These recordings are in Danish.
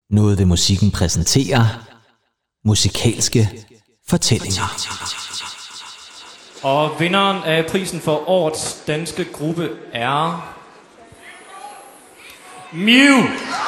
Noget ved musikken præsenterer musikalske fortællinger. Og vinderen af prisen for årets danske gruppe er Mew.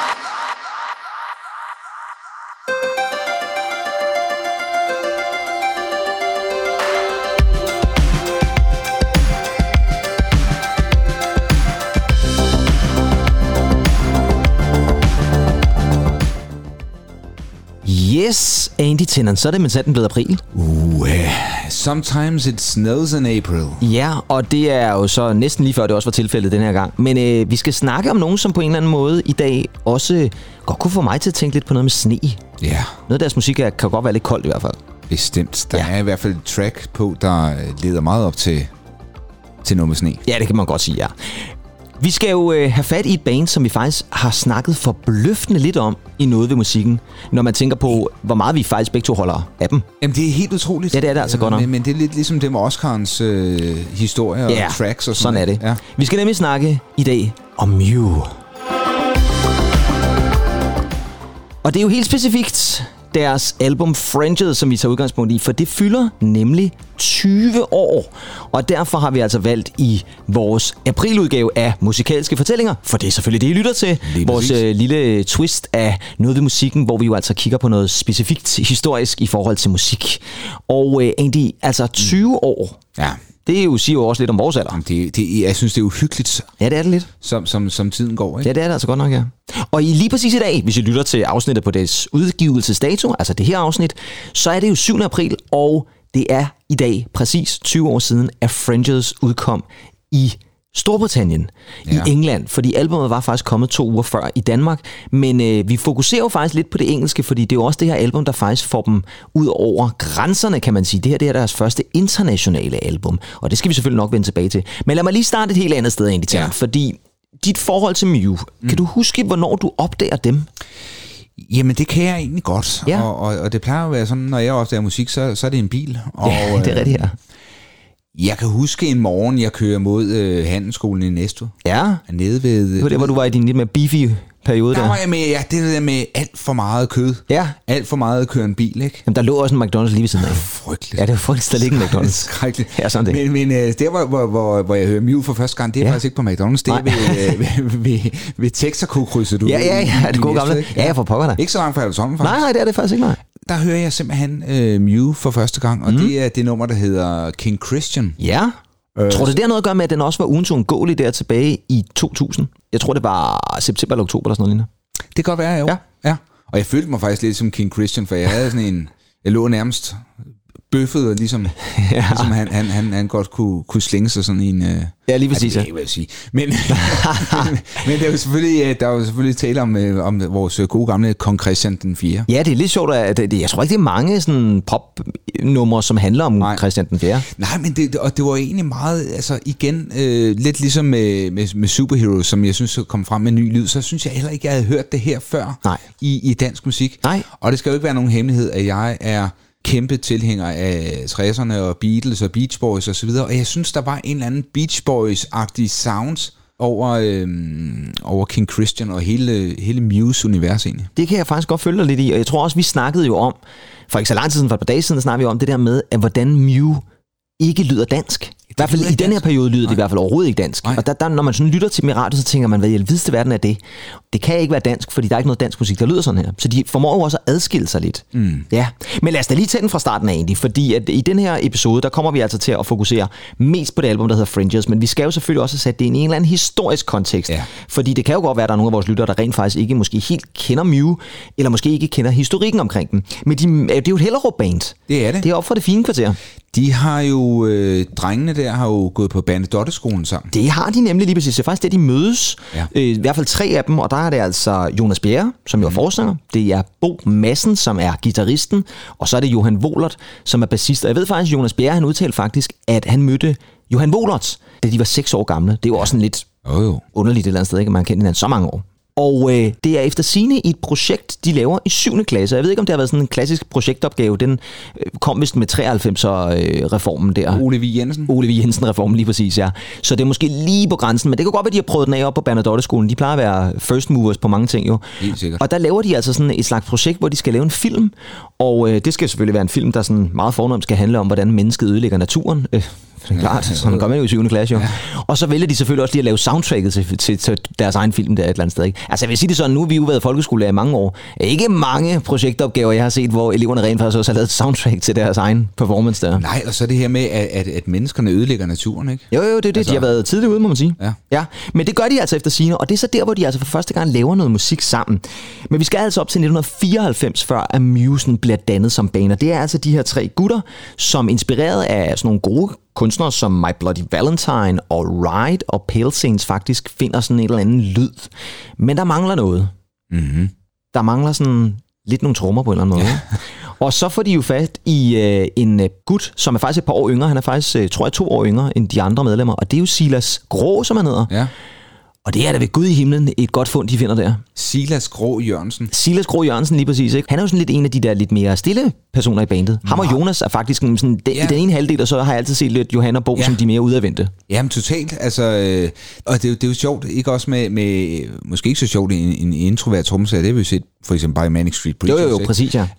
Yes, Andy Tennant, så er det med sandt blevet april. Sometimes it snows in April. Ja, og det er jo så næsten lige før det også var tilfældet den her gang. Men vi skal snakke om nogen, som på en eller anden måde i dag også godt kunne få mig til at tænke lidt på noget med sne. Ja. Noget af deres musik kan godt være lidt koldt i hvert fald. Bestemt. Der er i hvert fald et track på, der leder meget op til noget med sne. Ja, det kan man godt sige, ja. Vi skal jo have fat i et band, som vi faktisk har snakket forbløffende lidt om i noget ved musikken, når man tænker på, hvor meget vi faktisk begge to holder af dem. Jamen, det er helt utroligt. Ja, det er det altså godt nok. Men det er lidt ligesom det med Oscarens historie og tracks og sådan er det. Ja. Vi skal nemlig snakke i dag om Mew. Og det er jo helt specifikt deres album Fringes, som vi tager udgangspunkt i, for det fylder nemlig 20 år. Og derfor har vi altså valgt i vores apriludgave af musikalske fortællinger, for det er selvfølgelig det, I lytter til. Vores lille twist af noget ved musikken, hvor vi jo altså kigger på noget specifikt historisk i forhold til musik. Og Andy, altså 20 år. Ja. Det er jo, siger jo også lidt om vores alder. Jeg synes, det er uhyggeligt. Ja, det er det lidt. Som tiden går, ikke? Ja, det er det altså godt nok, ja. Og lige præcis i dag, hvis I lytter til afsnittet på dets udgivelsesdato, altså det her afsnit, så er det jo 7. april, og det er i dag præcis 20 år siden, at Fringes udkom i Storbritannien, i England, fordi albumet var faktisk kommet 2 uger før i Danmark, men vi fokuserer jo faktisk lidt på det engelske, fordi det er jo også det her album, der faktisk får dem ud over grænserne, kan man sige. Det her det er deres første internationale album, og det skal vi selvfølgelig nok vende tilbage til. Men lad mig lige starte et helt andet sted, egentlig, fordi dit forhold til Mew, kan du huske, hvornår du opdager dem? Jamen, det kan jeg egentlig godt, og det plejer at være sådan, når jeg opdager musik, så er det en bil. Og, ja, det er rigtigt her. Jeg kan huske en morgen, jeg kører mod handelsskolen i Næstved. Ja. Nede ved... Det var der, hvor du var i din lidt mere beefy periode der. Der var jeg med, det der med alt for meget kød. Ja. Alt for meget at køre en bil, ikke? Jamen, der lå også en McDonald's lige ved siden af. Frygteligt. Ja, det var frygteligt, der ligger en McDonald's. Skrækkeligt. Ja, sådan det. Men der, hvor jeg hører Mew for første gang, det er faktisk ikke på McDonald's. Det er ved Texaco-krydset, du Ja, det gode gamle. Ja, for pokker der. Ikke så langt fra Alexander, faktisk. Nej, det er det faktisk ikke, nej. Der hører jeg simpelthen Mew for første gang, og det er det nummer, der hedder King Christian. Ja. Tror du, det har noget at gøre med, at den også var ugens uundgåelig der tilbage i 2000? Jeg tror, det var september eller oktober eller sådan noget lignende. Det kan godt være, jo. Ja. Og jeg følte mig faktisk lidt som King Christian, for jeg havde sådan en... Jeg lå nærmest bøffet, og ligesom han godt kunne slinge sig sådan i en... Ja, lige præcis. Det vil jeg sige. Men der er jo selvfølgelig tale om vores gode gamle Kong Christian den 4. Ja, det er lidt sjovt. Jeg tror ikke, det er mange sådan popnumre, som handler om Christian den 4. Nej, men det var egentlig meget... Altså igen, lidt ligesom med Superheroes, som jeg synes kom frem med ny lyd, så synes jeg heller ikke, jeg havde hørt det her før i dansk musik. Nej. Og det skal jo ikke være nogen hemmelighed, at jeg er kæmpe tilhænger af 60'erne og Beatles og Beach Boys og så videre, og jeg synes, der var en eller anden Beach Boys-agtig sound over King Christian og hele Mews univers egentlig. Det kan jeg faktisk godt følge dig lidt i, og jeg tror også, vi snakkede jo om, for ikke så lang tid siden, for et par dage siden, snakkede vi om det der med, at hvordan Mew ikke lyder dansk. I hvert fald i den her periode lyder det i hvert fald overhovedet ikke dansk. Nej. Og der, når man sådan lytter til dem i radio, så tænker man, hvad i helvedeste verden er det? Det kan ikke være dansk, fordi der er ikke noget dansk musik, der lyder sådan her. Så de formår jo også at adskille sig lidt. Ja. Men lad os da lige tage den fra starten af egentlig, fordi at i den her episode, der kommer vi altså til at fokusere mest på det album, der hedder Fringes, men vi skal jo selvfølgelig også sætte det ind i en eller anden historisk kontekst. Ja. Fordi det kan jo godt være, at der er nogle af vores lyttere, der rent faktisk ikke måske helt kender Mew, eller måske ikke kender historikken omkring dem. Men det er jo et Hellerup-band. Det er det. Det er op for det fine kvarter. De har jo, drengene der har jo gået på Bernadotte-skolen sammen. Det har de nemlig lige præcis. Det er faktisk det, de mødes. Ja. I hvert fald 3 af dem, og der er det altså Jonas Bjerre, som jo er forsanger. Det er Bo Madsen, som er guitaristen, og så er det Johan Wohlert, som er bassist. Og jeg ved faktisk, Jonas Bjerre, han udtalte faktisk, at han mødte Johan Wohlert, da de var 6 år gamle. Det er jo også en lidt underligt et eller andet sted, ikke? Man har kendt hinanden så mange år. Og det er efter sigende i et projekt, de laver i 7. klasse. Jeg ved ikke, om det har været sådan en klassisk projektopgave. Den kom vist med 93'er-reformen der. Ole V. Jensen-reformen, lige præcis, ja. Så det er måske lige på grænsen, men det kan godt være, de har prøvet den af op på Bernadotte-skolen. De plejer at være first movers på mange ting jo. Helt sikkert. Og der laver de altså sådan et slags projekt, hvor de skal lave en film. Og det skal selvfølgelig være en film, der sådan meget fornemt skal handle om, hvordan mennesket ødelægger naturen. Klart, sådan gør man jo i 7. klasse jo. Ja. Og så vælger de selvfølgelig også lige at lave soundtracket til deres egen film der et eller andet sted. Ikke? Altså jeg vil sige det sådan, nu har vi jo været folkeskolelærer i mange år. Ikke mange projektopgaver, jeg har set, hvor eleverne rent faktisk også har lavet soundtrack til deres egen performance der. Nej, og så det her med, at menneskerne ødelægger naturen, ikke? Jo, det er det. Altså, de har været tidligt ude, må man sige. Ja. Men det gør de altså efter sigende, og det er så der, hvor de altså for første gang laver noget musik sammen. Men vi skal altså op til 1994, før at Musen bliver dannet som band. Det er altså de her 3 gutter, som inspireret af sådan nogle gode kunstnere som My Bloody Valentine og Ride og Pale Saints faktisk finder sådan en eller anden lyd. Men der mangler noget. Mm-hmm. Der mangler sådan lidt nogle trommer på en eller anden måde. Ja. Og så får de jo fat i en gut, som er faktisk et par år yngre. Han er faktisk, tror jeg, 2 år yngre end de andre medlemmer. Og det er jo Silas Grå, som han hedder. Ja. Og det er da ved Gud i himlen et godt fund, de finder der. Silas Grå Jørgensen. Silas Grå Jørgensen, lige præcis. Ikke? Han er jo sådan lidt en af de der lidt mere stille personer i bandet. Ham og Jonas er faktisk sådan, i den ene halvdel, og så har jeg altid set lidt Johan og Bo som de mere udadvendte. Jamen totalt. Altså, og det er jo sjovt, ikke også med måske ikke så sjovt en introvert trommeslager, det har vi jo set for eksempel bare i Manic Street Preachers. Jo, præcis, ja.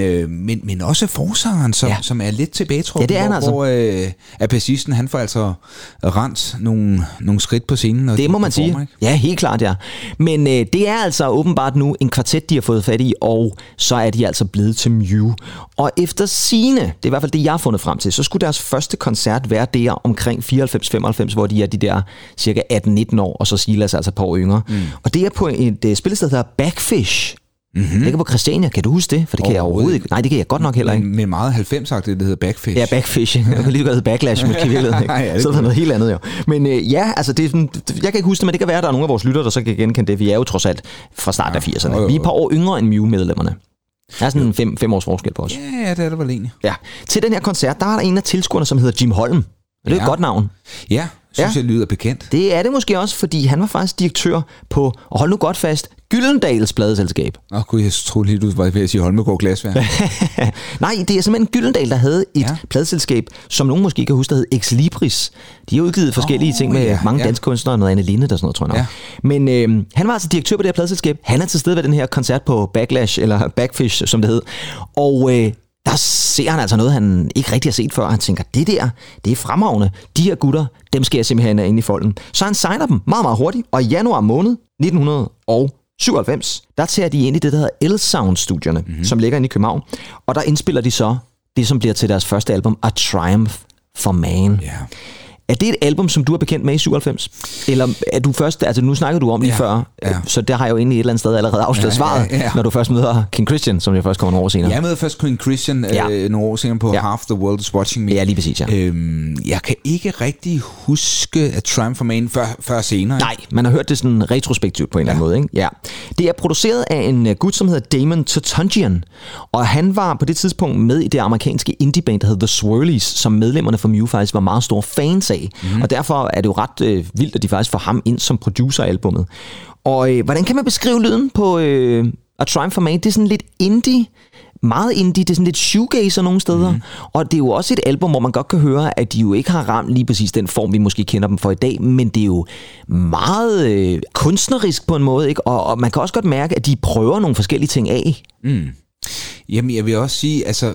Men også forsangeren, som er lidt tilbagetrukken, det er han altså. Hvor bassisten, han får altså rent nogle skridt på scenen. Og det må man sige. Ja, helt klart, ja. Men det er altså åbenbart nu en kvartet, de har fået fat i, og så er de altså blevet til Mew. Og efter sigende, det er i hvert fald det, jeg har fundet frem til, så skulle deres første koncert være der omkring 94-95, hvor de er de der cirka 18-19 år, og så Silas altså et par år yngre. Og det er på et spillested, der hedder Backfish. Mm-hmm. Det ligger på Christiania, kan du huske det? For det kan jeg overhovedet ikke. Nej, det kan jeg godt nok heller ikke. Men meget 90-agtigt, det hedder Backfish. Ja, Backfish. Jeg kan lige godt hedde Backlash, måske i virkeligheden. Så er der noget helt andet jo. Men altså, det er sådan, jeg kan ikke huske det, men det kan være, at der er nogle af vores lyttere, der så kan genkende det. Vi er jo trods alt fra start af 80'erne. Vi er et par år yngre end Mew-medlemmerne. Der er sådan 5 års forskel på os. Ja, det er det vel egentlig. Ja. Til den her koncert, der er der en af tilskuerne, som hedder Jim Holm. Det er et godt navn. Ja, synes jeg lyder bekendt. Det er det måske også, fordi han var faktisk direktør på, og hold nu godt fast, Gyldendals pladeselskab. Gud, jeg troede lige, du var ved at sige Holmegaard Glasværk. Nej, det er simpelthen Gyldendal, der havde et pladeselskab, som nogen måske kan huske, der hed Ex Libris. De har udgivet forskellige ting med mange danske kunstnere, og noget Anne Linde, der sådan noget, tror jeg nok. Men han var altså direktør på det her pladeselskab. Han er til stede ved den her koncert på Backlash, eller Backfish, som det hed. Og der ser han altså noget, han ikke rigtig har set før. Han tænker, det er fremragende. De her gutter, dem skal jeg simpelthen have inde i folden. Så han signer dem meget, meget hurtigt. Og i januar måned 1997, der tager de ind i det, der hedder L-Sound-studierne, som ligger inde i København. Og der indspiller de så det, som bliver til deres første album, A Triumph for Man. Yeah. Er det et album, som du er bekendt med i 97? Eller er du først, altså nu snakkede du om lige før, så der har jeg jo egentlig et eller andet sted allerede afsløret svaret, når du først møder King Christian, som jeg først kommer nogle år senere. Jeg møder først King Christian nogle år senere på Half the World is Watching Me. Ja, lige præcis, ja. Jeg kan ikke rigtig huske at Triumph for Man før senere. Nej, man har hørt det sådan retrospektivt på en eller anden måde, ikke? Ja. Det er produceret af en gut, som hedder Damon Totungian, og han var på det tidspunkt med i det amerikanske indieband, der hedder The Swirlies, som medlemmerne fra Mew faktisk var meget store fans af. Og derfor er det jo ret vildt, at de faktisk får ham ind som producer af albummet. Og hvordan kan man beskrive lyden på A Triumph for Man? Det er sådan lidt indie, meget indie, det er sådan lidt shoegazer nogle steder. Og det er jo også et album, hvor man godt kan høre, at de jo ikke har ramt lige præcis den form, vi måske kender dem for i dag, men det er jo meget kunstnerisk på en måde, ikke? Og man kan også godt mærke, at de prøver nogle forskellige ting af. Jamen, jeg vil også sige, altså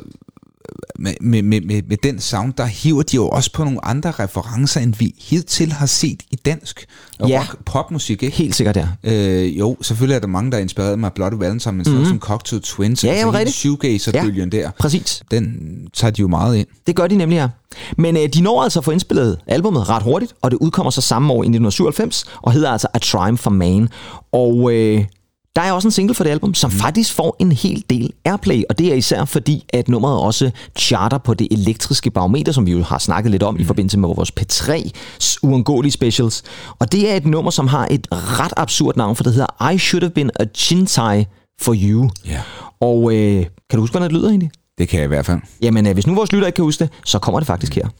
med den sound, der hiver de jo også på nogle andre referencer, end vi hidtil har set i dansk popmusik, ikke? Helt sikkert, ja. Jo, selvfølgelig er der mange, der er inspireret med Bloody Valentine, men sådan som Cocteau Twins, altså hele shoegazer-bølgen der. Præcis. Den tager de jo meget ind. Det gør de nemlig, ja. Men de når altså at få indspillet albumet ret hurtigt, og det udkommer så samme år i 1997, og hedder altså A Triumph for Man. Og der er også en single for det album, som faktisk får en hel del airplay, og det er især fordi, at nummeret også charter på det elektriske barometer, som vi jo har snakket lidt om i forbindelse med vores P3 uundgåelige specials. Og det er et nummer, som har et ret absurd navn, for det hedder I Should Have Been a Chintai for You. Yeah. Og kan du huske, hvordan det lyder egentlig? Det kan jeg i hvert fald. Jamen, hvis nu vores lytter ikke kan huske det, så kommer det faktisk her.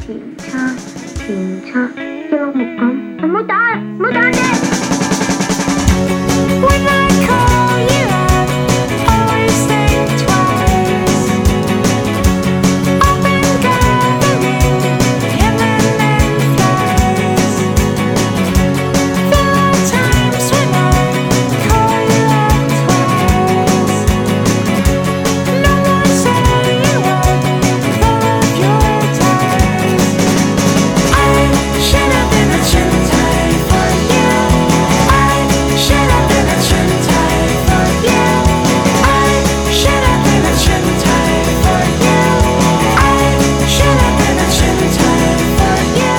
停車，一路木咁，唔好打，唔好打啫！When I call you up, always think twice. Up and gathering, heaven and flies. There are times when I call you up twice. No one say you up with all of your ties. I should have been a chintai for you. I should have been a chintai for you. I should have been a chintai for you. I should have been a chintai for you.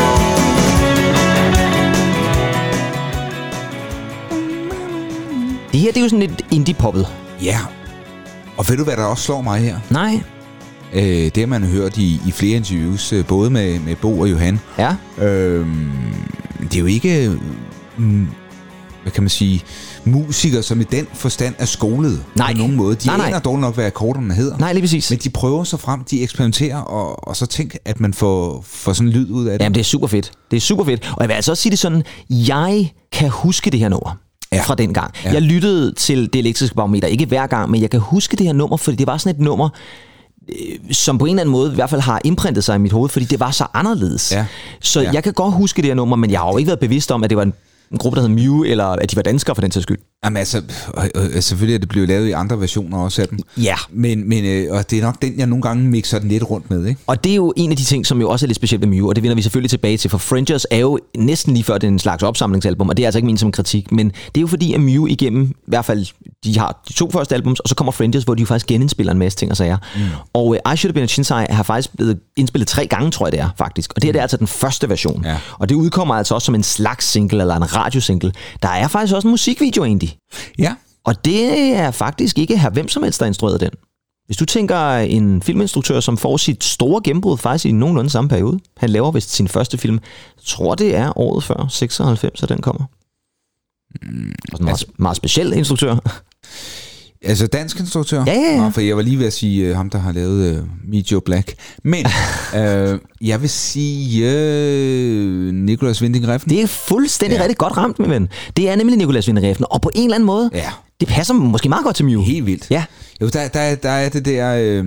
Det her, det er jo sådan lidt indie-poppet. Ja, og ved du, hvad der også slår mig her? Nej. Det har man hørt i flere interviews, både med Bo og Johan. Ja. Det er jo ikke, hvad kan man sige, musikere, som i den forstand er skolet Nej. på nogen måde. De Nej. aner dårligt nok, hvad akkorderne hedder. Nej, lige præcis. Men de prøver sig frem, de eksperimenterer, og så tænk, at man får sådan en lyd ud af det. Jamen, det er super fedt. Det er super fedt. Og jeg vil altså også sige det sådan, jeg kan huske det her nummer. Ja. Fra den gang. Ja. Jeg lyttede til Det Elektriske Barometer, ikke hver gang, men jeg kan huske det her nummer, fordi det var sådan et nummer, som på en eller anden måde i hvert fald har imprintet sig i mit hoved, fordi det var så anderledes. Ja. Så Ja. jeg kan godt huske det her nummer, men jeg har jo ikke været bevidst om, at det var en gruppe, der hed Mew, eller at de var danskere for den sags skyld. Jamen altså, selvfølgelig er det blevet lavet i andre versioner også af den. Ja. Men og det er nok den, jeg nogle gange mixer den lidt rundt med, ikke? Og det er jo en af de ting, som jo også er lidt specielt med Mew, og det vender vi selvfølgelig tilbage til, for Fringes er jo næsten lige før det er en slags opsamlingsalbum, og det er altså ikke ment som kritik, men det er jo fordi, at Mew igennem, i hvert fald, de har de 2 første albums, og så kommer Fringes, hvor de jo faktisk genindspiller en masse ting og sager. Og I Should Have Been a Chintai har faktisk blevet indspillet 3 gange, tror jeg det er, faktisk. Og det her det er altså den første version. Ja. Og det udkommer altså også som en slags single, eller en radiosingle. Der er faktisk også en musikvideo egentlig. Ja. Og det er faktisk ikke her hvem som helst, der instruerede den. Hvis du tænker en filminstruktør, som får sit store gennembrud faktisk i nogenlunde samme periode. Han laver vist sin første film. Jeg tror, det er året før, 96, at den kommer. Og en meget speciel instruktør. Altså dansk instruktør? Ja. Nå, for jeg var lige ved at sige ham, der har lavet Meet Joe Black. Men jeg vil sige Nicolas Winding Refn. Det er fuldstændig rigtig godt ramt, min ven. Det er nemlig Nicolas Winding Refn. Og på en eller anden måde, Ja. det passer måske meget godt til Mew. Helt vildt. Ja. Jo, der er det der...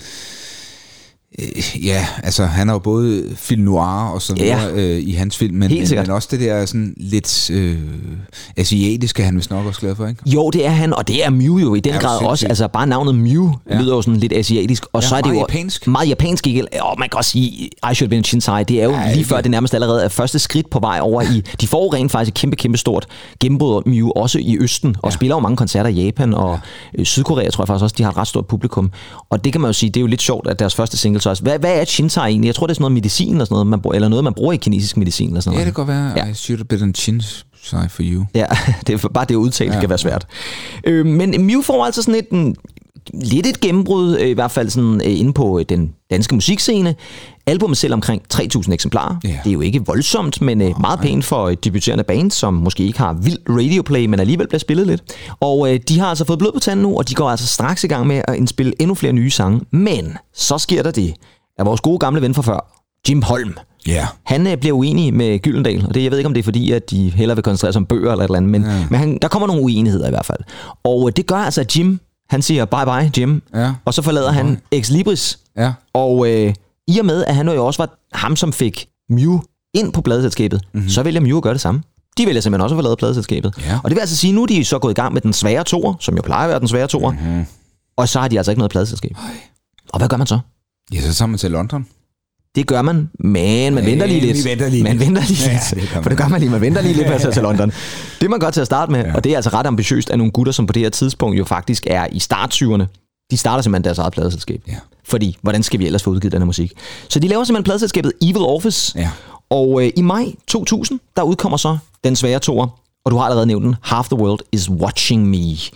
ja, altså han har jo både film noir og så videre i hans film, men også det der sådan lidt asiatiske, han vist nok også glad for, ikke? Jo, det er han, og det er Mew jo i den grad også. sindssygt. Altså bare navnet Mew lyder jo sådan lidt asiatisk, og så er det meget jo japansk. meget japansk, ikke? Og man kan også sige, I Should Have Been a Chintai, det er jo lige før det nærmest allerede er første skridt på vej over i, de får rent faktisk et kæmpe stort gennembrud Mew, også i Østen, og spiller jo mange koncerter i Japan og Sydkorea, tror jeg faktisk også, de har et ret stort publikum. Og det kan man jo sige, det er jo lidt sjovt, at deres første single så også. Hvad er Chintai egentlig? Jeg tror, det er sådan noget medicin eller sådan noget, man bruger, eller noget, man bruger i kinesisk medicin eller sådan noget. Ja, det kan godt være. Ja. I should have been a Chintai for you. Ja, det er bare det udtale kan være svært. Men Mew får altså sådan lidt et gennembrud, i hvert fald sådan inde på den danske musikscene. Albumet selv omkring 3.000 eksemplarer. Yeah. Det er jo ikke voldsomt, men meget pænt for et debuterende band, som måske ikke har vild radioplay, men alligevel bliver spillet lidt. Og de har altså fået blod på tanden nu, og de går altså straks i gang med at indspille endnu flere nye sange. Men så sker der det, at vores gode gamle ven fra før, Jim Holm, han bliver uenig med Gyldendal, og det, jeg ved ikke, om det er fordi, at de hellere vil koncentrere sig om bøger eller et eller andet, men der kommer nogle uenigheder i hvert fald. Og det gør altså, at Jim, han siger bye bye, Jim, og så forlader han Ex Libris. Ja. Og i og med, at han jo også var ham, som fik Mew ind på pladeselskabet, så vælger Mew at gøre det samme. De vælger simpelthen også at forlade pladeselskabet. Ja. Og det vil altså sige, nu er de så gået i gang med den svære toer, som jo plejer at være den svære toer, og så har de altså ikke noget pladeselskab. Og hvad gør man så? Ja, så tager man til London. Det gør man, men man venter lige lidt. Man venter lige lidt. For det gør man lige. Man venter lige lidt med at tage til London. Det man godt til at starte med, og det er altså ret ambitiøst af nogle gutter, som på det her tidspunkt jo faktisk er i start-20'erne. De starter simpelthen deres eget pladeselskab. Ja. Fordi, hvordan skal vi ellers få udgivet den her musik? Så de laver simpelthen pladeselskabet Evil Office. Ja. Og i maj 2000, der udkommer så den svære toer. Og du har allerede nævnt den. Half the World is Watching Me. Ja.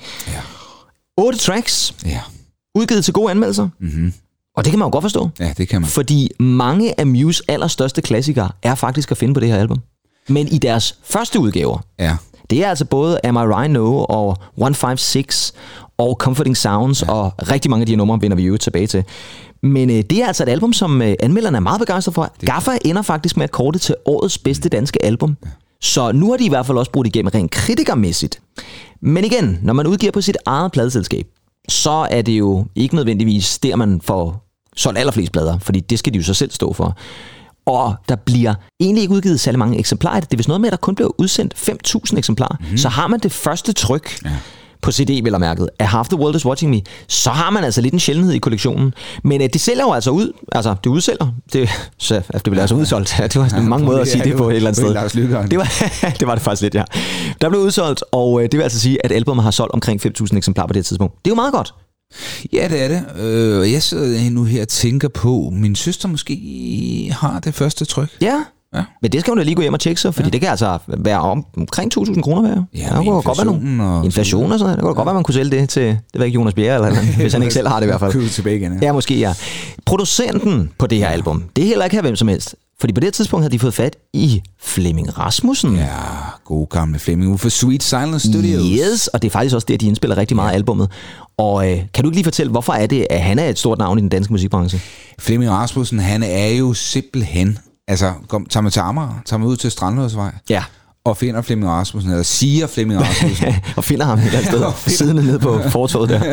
8 tracks. Ja. Udgivet til gode anmeldelser. Mm-hmm. Og det kan man jo godt forstå. Ja, det kan man. Fordi mange af Mews allerstørste klassikere er faktisk at finde på det her album. Men i deres første udgaver. Ja. Det er altså både Am I Right No og 156 og Comforting Sounds, og rigtig mange af de her numre vender vi jo tilbage til. Men det er altså et album, som anmelderne er meget begejstret for. Gaffa ender faktisk med at kåre til årets bedste danske album. Så nu har de i hvert fald også brugt igennem rent kritikermæssigt. Men igen, når man udgiver på sit eget pladeselskab, så er det jo ikke nødvendigvis der, man får solgt allerflest plader, fordi det skal de jo så selv stå for. Og der bliver egentlig ikke udgivet særlig mange eksemplarer. Det er vist noget med, at der kun bliver udsendt 5.000 eksemplarer. Så har man det første tryk på CD, vel og mærket, af Half the World is Watching Me, så har man altså lidt en sjældenhed i kollektionen. Men det sælger jo altså ud. Altså, det udsælger. Det bliver altså udsolgt. Det var mange måder at sige det på et eller andet sted. Det var det faktisk lidt, ja. Der blev udsolgt, og det vil altså sige, at albumet har solgt omkring 5.000 eksemplarer på det tidspunkt. Det er jo meget godt. Ja, det er det. Jeg sidder nu her og tænker på, min søster måske har det første tryk. Ja. Men det skal hun da lige gå hjem og tjekke så, fordi det kan altså være omkring 2.000 kroner værd. Ja, der kunne godt være nogle inflation og sådan noget. Det kunne godt være, man kunne sælge det til, det var ikke Jonas Bjerre eller hvis han ikke selv har det i hvert fald. Købe tilbage igen, ja, måske ja. Producenten på det her album, det er heller ikke her hvem som helst. Fordi på det tidspunkt havde de fået fat i Flemming Rasmussen. Ja, gode gamle Flemming for Sweet Silence Studios. Yes, og det er faktisk også det, at de indspiller rigtig meget af albummet. Og kan du ikke lige fortælle, hvorfor er det, at han er et stort navn i den danske musikbranche? Flemming Rasmussen, han er jo simpelthen, altså tager man til Amager, tager man ud til Strandløsvej. Ja. Og finder Flemming Rasmussen, eller siger Flemming Rasmussen. og finder ham et eller andet sted, siddende nede på fortovet der.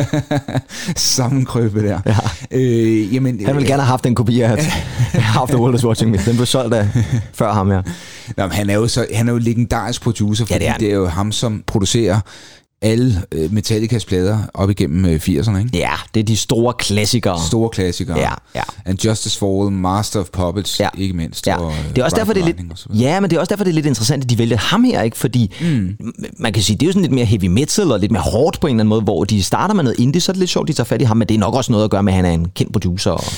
Sammenkrøbet der. Ja. Jamen, han ville gerne have haft en kopi af Half the World is Watching Me. Den blev solgt af før ham, ja. Jamen, han er jo legendarisk producer, fordi det er jo ham, som producerer alle Metallicas plader op igennem 80'erne, ikke? Ja, det er de store klassikere. Store klassikere. Ja. And Justice for All, Master of Puppets, ikke mindst. Ja. Og det er også derfor, det er lidt, men det er også derfor, det er lidt interessant, at de vælger ham her, ikke? Fordi man kan sige, det er jo sådan lidt mere heavy metal og lidt mere hårdt på en eller anden måde, hvor de starter med noget indie, så er det lidt sjovt, de tager fat i ham, men det er nok også noget at gøre med, at han er en kendt producer og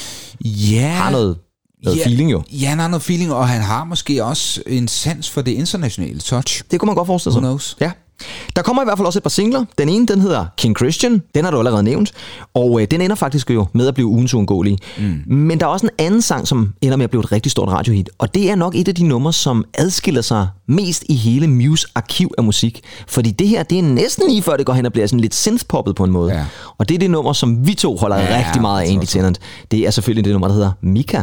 har noget feeling jo. Ja, han har noget feeling, og han har måske også en sans for det internationale touch. Det kunne man godt forestille sig. Who knows? Ja. Der kommer i hvert fald også et par singler. Den ene, den hedder King Christian. Den har du allerede nævnt. Og den ender faktisk jo med at blive ugens uundgåelige. Men der er også en anden sang, som ender med at blive et rigtig stort radiohit. Og det er nok et af de numre, som adskiller sig mest i hele Muse arkiv af musik. Fordi det her, det er næsten lige før det går hen og bliver sådan lidt synthpoppet på en måde. Ja. Og det er det nummer, som vi to holder rigtig meget af, Andy Tennant. Det er selvfølgelig det nummer, der hedder Mika.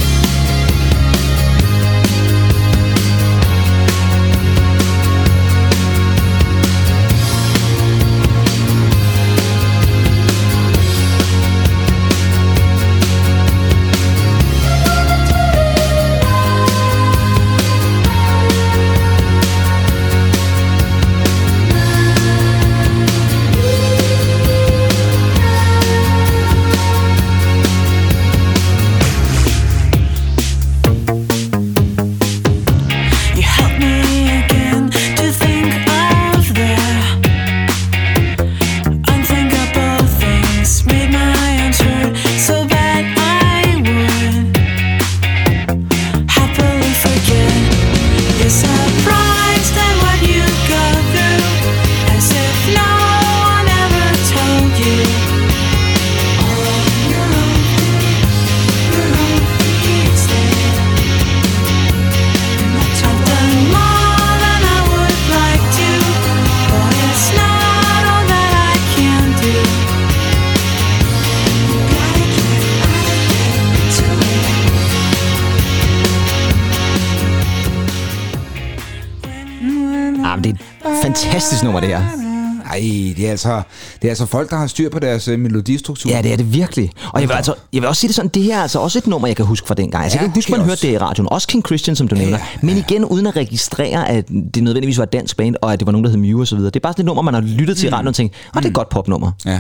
Fantastisk nummer, det her. Ej, det er altså folk, der har styr på deres melodistruktur. Ja, det er det virkelig. Og jeg vil også sige det sådan, det her er altså også et nummer, jeg kan huske fra dengang. Altså, jeg kan huske, man hørte det i radioen. Også King Christian, som du nævner. Men igen, uden at registrere, at det nødvendigvis var et dansk band, og at det var nogen, der hed Mew og så videre. Det er bare sådan et nummer, man har lyttet til i radioen og tænkt, det er et godt popnummer. Ja.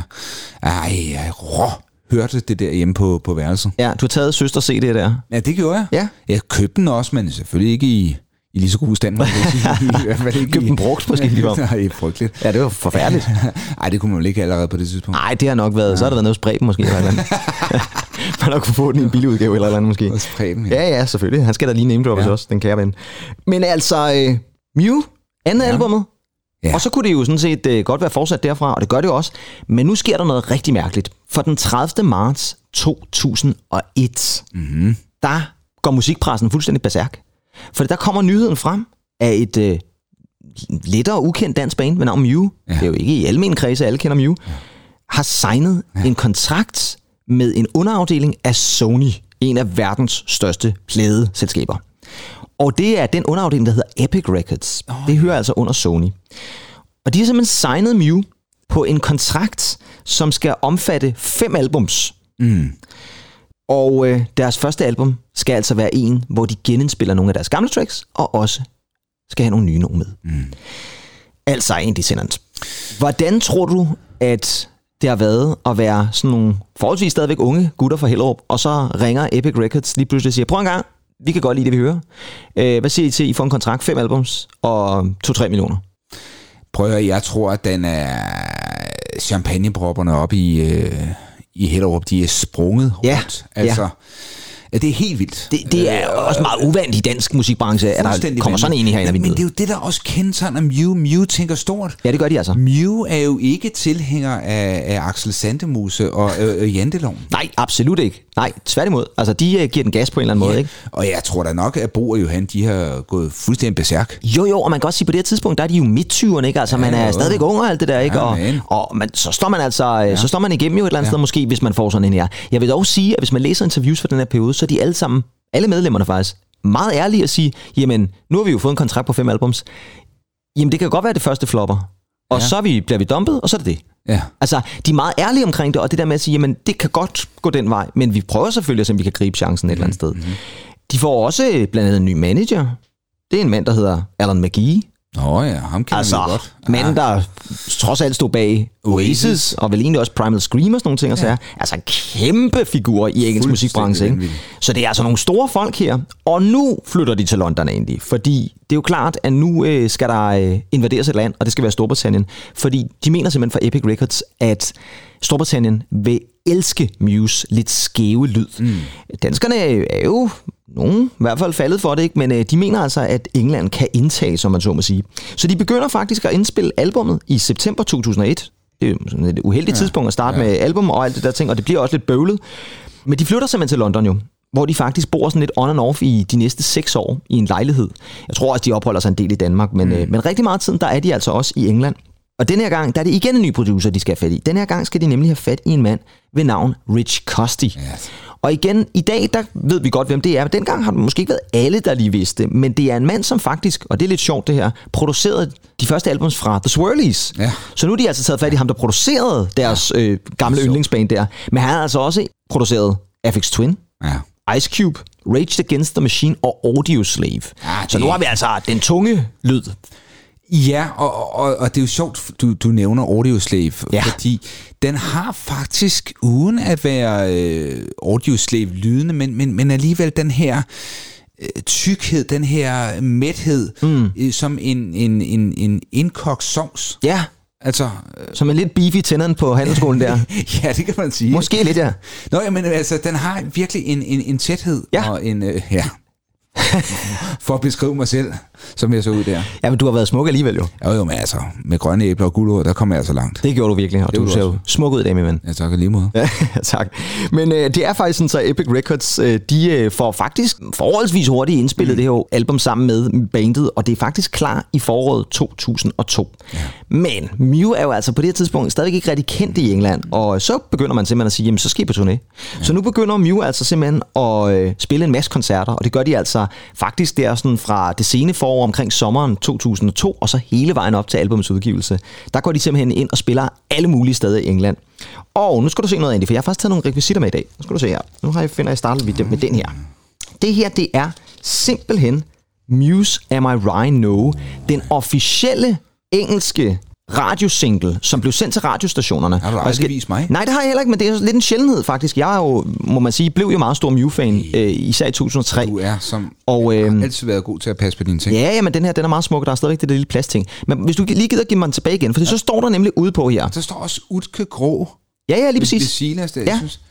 Ej, jeg hørte det der hjemme på værelset. Ja, du har taget søster CD der. Ja, det gjorde jeg. Ja. Jeg købte den også, men selvfølgelig ikke i lige så god stand. Købte den brugt måske lige om. Nej, frygteligt. Ja, det var forfærdeligt. Ej, det kunne man vel ikke allerede på det tidspunkt. Nej, det har nok været. Så har der været noget Preben måske. Eller andet. Man har kunne få den i en billigudgave eller andet måske. Preben, ja, selvfølgelig. Han skal da lige name droppes også, den kære ven. Men altså, Mew, andet albumet. Ja. Og så kunne det jo sådan set godt være fortsat derfra, og det gør det jo også. Men nu sker der noget rigtig mærkeligt. For den 30. marts 2001, der går musikpressen fuldstændig berserk. For der kommer nyheden frem af et lettere ukendt dansk band med navn Mew. Ja. Det er jo ikke i almen kredse, alle kender Mew. Har signet en kontrakt med en underafdeling af Sony, en af verdens største pladeselskaber. Og det er den underafdeling, der hedder Epic Records. Det hører altså under Sony. Og de har simpelthen signet Mew på en kontrakt, som skal omfatte 5 albums. Og deres første album skal altså være en, hvor de genindspiller nogle af deres gamle tracks, og også skal have nogle nye nogen med. Altså egentlig sindssygt. Hvordan tror du, at det har været at være sådan nogle forholdsvis stadigvæk unge gutter fra Hellerup, og så ringer Epic Records lige pludselig og siger, prøv en gang, vi kan godt lide det, vi hører. Hvad siger I til, I får en kontrakt, 5 albums og 2-3 millioner? Prøv at jeg tror, at den er champagnepropperne op i Hellerup, de er sprunget rundt. Altså, det er helt vildt. Det er også meget uvanligt i dansk musikbranche, at der kommer sådan en i herinde. Men det er jo det, der også kendetegner Mew. Mew tænker stort. Ja, det gør de altså. Mew er jo ikke tilhænger af Axel Sandemose og Jantelov. Nej, absolut ikke. Nej, tværtimod. Altså, de giver den gas på en eller anden måde, ikke? Og jeg tror da nok, at Bo og Johan, de har gået fuldstændig berserk. Jo, og man kan også sige, på det her tidspunkt, der er de jo midt-20'erne, ikke? Altså, man er stadigvæk ung og alt det der, ikke? Så står man altså, så står man igennem jo et eller andet sted, måske, hvis man får sådan en her. Jeg vil dog sige, at hvis man læser interviews for den her periode, så er de alle sammen, alle medlemmerne faktisk, meget ærlige at sige, jamen, nu har vi jo fået en kontrakt på 5 albums. Jamen, det kan godt være det første flopper. Og så bliver vi dumpet, og så er det det. Ja. Altså, de er meget ærlige omkring det, og det der med at sige, jamen, det kan godt gå den vej, men vi prøver selvfølgelig at se, om vi kan gribe chancen et eller andet sted. De får også blandt andet en ny manager. Det er en mand, der hedder Alan McGee. Ham kender vi godt. Manden, der trods alt stod bag Oasis, og vel egentlig også Primal Scream og sådan nogle ting. Ja. Altså en kæmpe figur i engelsk musikbranche. Ikke? Så det er altså nogle store folk her. Og nu flytter de til London egentlig. Fordi det er jo klart, at nu skal der invaderes et land, og det skal være Storbritannien. Fordi de mener simpelthen fra Epic Records, at Storbritannien vil elske Mews lidt skæve lyd. Danskerne er jo nogen i hvert fald faldet for det, ikke? Men de mener altså, at England kan indtage, som man så må sige. Så de begynder faktisk at indspille albummet i september 2001. Det er jo sådan et uheldigt tidspunkt at starte med album og alt det der ting, og det bliver også lidt bøvlet. Men de flytter simpelthen til London jo, hvor de faktisk bor sådan lidt on and off i de næste 6 år i en lejlighed. Jeg tror også, de opholder sig en del i Danmark, men rigtig meget tiden, der er de altså også i England. Og den her gang, der er det igen en ny producer, de skal have fat i. Den her gang skal de nemlig have fat i en mand ved navn Rich Costey. Yes. Og igen, i dag, der ved vi godt, hvem det er. Men dengang har det måske ikke været alle, der lige vidste. Men det er en mand, som faktisk, og det er lidt sjovt det her, producerede de første albums fra The Swirlies. Ja. Så nu er de altså taget fat i ham, der producerede deres gamle yndlingsband der. Men han har altså også produceret Aphex Twin, Ice Cube, Rage Against the Machine og Audioslave. Så nu har vi altså den tunge lyd. Ja, og det er jo sjovt, du nævner Audioslave, fordi den har faktisk, uden at være Audioslave-lydende, men alligevel den her tykkhed, den her mæthed, som en indkogt sovs. Ja. Altså, som en lidt beefy tænderen på handelsskolen der. Ja, det kan man sige. Måske lidt, ja. Nå, men altså, den har virkelig en tæthed og en, for at beskrive mig selv, som jeg så ud der. Ja, men du har været smuk alligevel jo. Jo, men altså, med grønne æbler og gulerod, der kommer jeg altså langt. Det gjorde du virkelig, og det du ser jo smuk ud i dag, min ven. Ja, tak lige måde. Ja, tak. Men det er faktisk sådan, så Epic Records, de får faktisk forholdsvis hurtigt indspillet det her album sammen med bandet, og det er faktisk klar i foråret 2002. Ja. Men Mew er jo altså på det her tidspunkt stadig ikke rigtig kendt i England, og så begynder man simpelthen at sige, jamen så skal I på turné. Ja. Så nu begynder Mew altså simpelthen at spille en masse koncerter, og det gør de altså faktisk der sådan fra det sene forår omkring sommeren 2002, og så hele vejen op til albumets udgivelse. Der går de simpelthen ind og spiller alle mulige steder i England. Og nu skal du se noget, Andy, for jeg har faktisk taget nogle rekvisitter med i dag. Nu skal du se her. Nu finder jeg startet med den her. Det her, det er simpelthen Muse Am I Right No, den officielle engelske radiosingle, som blev sendt til radiostationerne. Har du aldrig vist mig? Nej, det har jeg heller ikke, men det er lidt en sjældenhed faktisk. Jeg er jo, må man sige, blev jo meget stor Mew-fan, især i 2003. Du er har altid været god til at passe på dine ting. Ja, men den her, den er meget smuk, der er stadigvæk det lille plastting. Men hvis du lige gider give mig den tilbage igen, for så står der nemlig ude på her. Der står også Utke Grå. Ja, lige præcis. Det Silas, det, ja, synes. Ja.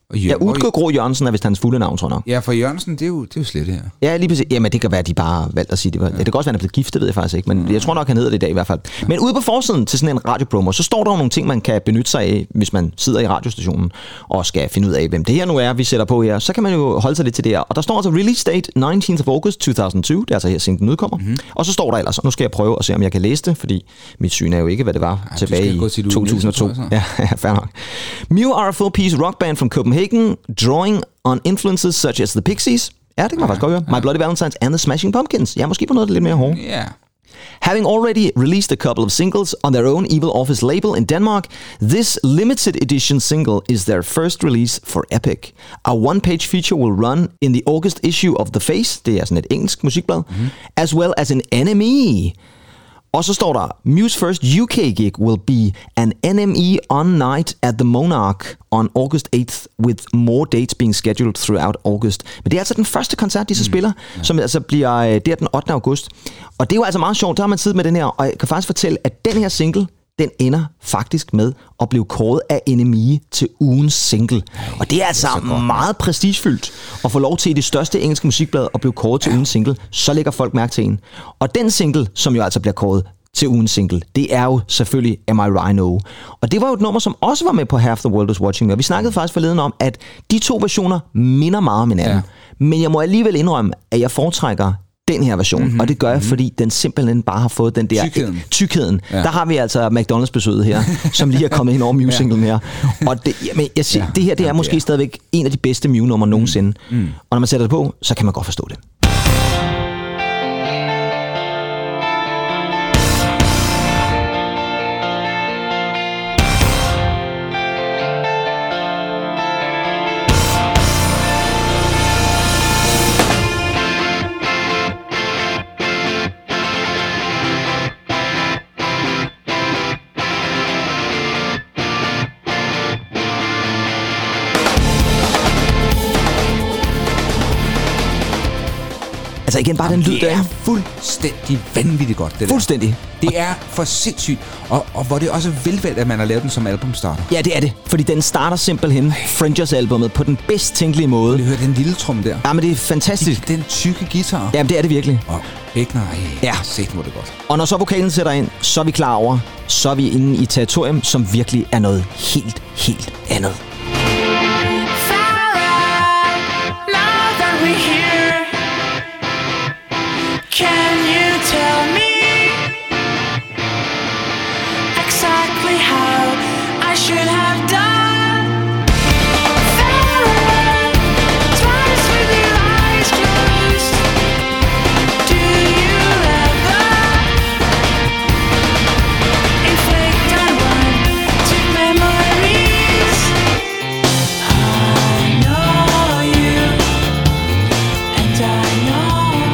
Ja, Utke Gro Jørgensen er vist hans fulde navn, tror jeg nok. Ja, for Jørgensen, det er jo slet her. Ja, lige præcis. Jamen, det kan være, at de bare har valgt at sige det. Ja. Det kan også være, at han er blevet gift, det ved jeg faktisk ikke. Men jeg tror nok, han hedder det i dag i hvert fald. Ja. Men ude på forsiden til sådan en radiopromo, så står der jo nogle ting, man kan benytte sig af, hvis man sidder i radiostationen og skal finde ud af, hvem det her nu er, vi sætter på her. Så kan man jo holde sig lidt til det her. Og der står altså release date 19th of August 2002. Det er altså her, singlen udkommer. Mm-hmm. Og så står der ellers, nu skal jeg prøve at se, om jeg kan læse det, fordi mit syn er jo ikke, hvad det var tilbage i 2002. Ja, fair nok. Mew are a full-piece rock band from Copenhagen, drawing on influences such as the Pixies. Ja, det kan man faktisk godt høre. My Bloody Valentines and the Smashing Pumpkins. Ja, måske på noget lidt mere hårdt. Yeah. Having already released a couple of singles on their own Evil Office label in Denmark, this limited edition single is their first release for Epic. A one-page feature will run in the August issue of The Face, det er sådan et engelsk musikblad, as well as an NME. Og så står der, Mew's first UK gig will be an NME on night at the Monarch on August 8th, with more dates being scheduled throughout August. Men det er altså den første koncert, de så spiller, som altså bliver der den 8. august. Og det er jo altså meget sjovt, der har man tid med den her, og jeg kan faktisk fortælle, at den her single, den ender faktisk med at blive kåret af NME til ugens single. Og det er altså meget prestigefyldt at få lov til i det største engelske musikblad at blive kåret til ugens single. Så lægger folk mærke til en. Og den single, som jo altså bliver kåret til ugens single, det er jo selvfølgelig Am I Right No. Og det var jo et nummer, som også var med på Half the World Is Watching Me. Og vi snakkede faktisk forleden om, at de to versioner minder meget om hinanden. Ja. Men jeg må alligevel indrømme, at jeg foretrækker den her version, og det gør jeg, fordi den simpelthen bare har fået den der tykkheden. Ja. Der har vi altså McDonald's-besøget her, som lige er kommet ind over Mew-singlen her. Og det, jamen, jeg siger, det her det er måske stadigvæk en af de bedste Mew-numre nogensinde. Og når man sætter det på, så kan man godt forstå det. Altså igen, bare den lyd, der er fuldstændig vanvittigt godt, det der. Fuldstændig. Det er for sindssygt, og hvor det også er velvalgt, at man har lavet den som albumstarter. Ja, det er det, fordi den starter simpelthen Fringers-albummet på den bedst tænkelige måde. Du hører den lille trum der. Ja, men det er fantastisk. Den tykke guitar. Jamen, det er det virkelig. Og Bækner, set hvor det godt. Og når så vokalen sætter ind, så er vi klar over, så er vi inde i territorium, som virkelig er noget helt andet. Can you tell me exactly how I should have done? Farewell, twice with your eyes closed. Do you ever inflict unwanted memories? I know you, and I know.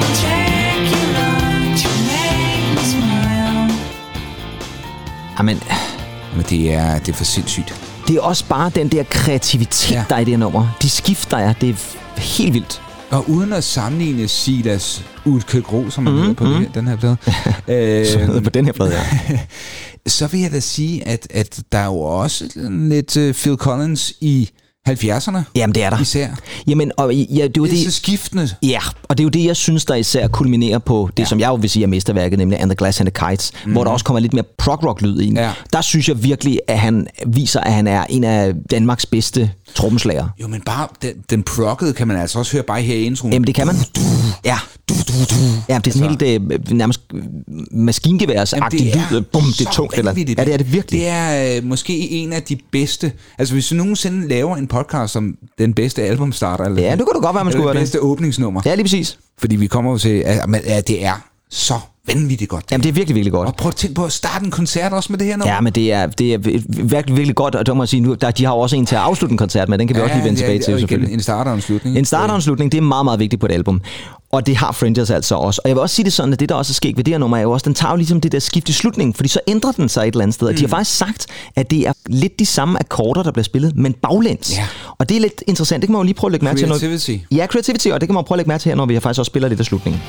Amen. Men det er for sindssygt. Det er også bare den der kreativitet, der er i det her nummer. De skifter er, det er helt vildt. Og uden at sammenligne Silas Utke Gro, som man hedder på den her plade. På den her plade, ja. Så vil jeg da sige, at der er jo også lidt Phil Collins i 70'erne. Jamen, det er der. Især. Jamen, og ja, det er jo det. Så skiftende. Ja, og det er jo det, jeg synes, der især kulminerer på det, som jeg jo vil sige er mesterværket, nemlig And the Glass and the Kites, hvor der også kommer lidt mere prog-rock-lyd i. Ja. Der synes jeg virkelig, at han viser, at han er en af Danmarks bedste trommeslager. Jo, men bare den proggede kan man altså også høre bare her i introen. Jamen, det kan man. Ja. Ja, det er sådan helt nærmest maskingeværsagtigt lyd. Bum, det er tungt. Eller? Ja, det er det virkelig. Det er måske en af de bedste. Altså, hvis du nogensinde laver en podcast som den bedste albumstarter, eller ja, det kunne du godt være, man skulle gøre det. Det bedste åbningsnummer. Ja, lige præcis. Fordi vi kommer jo til, at det er så vanvittigt godt. Jamen, det er virkelig, virkelig godt. Og prøv at tænke på at starte en koncert også med det her nummer. Ja, men det er virkelig, virkelig godt. Og der må jeg sige, de har jo også en til at afslutte en koncert med. Den kan vi også lige vende tilbage til, selvfølgelig. En starter og en slutning. En starter og en slutning, det er meget, meget vigtigt på et album. Og det har Fringers altså også. Og jeg vil også sige det sådan, at det der også er sket ved det her nummer, er jo også, den tager jo ligesom det der skift i slutningen, fordi så ændrer den sig et eller andet sted. Og de har faktisk sagt, at det er lidt de samme akkorder, der bliver spillet, men baglæns. Ja. Og det er lidt interessant. Det kan man jo lige prøve at lægge mærke til. Creativity. Ja, creativity, og det kan man prøve at lægge mærke til her, når vi faktisk også spiller lidt af slutningen.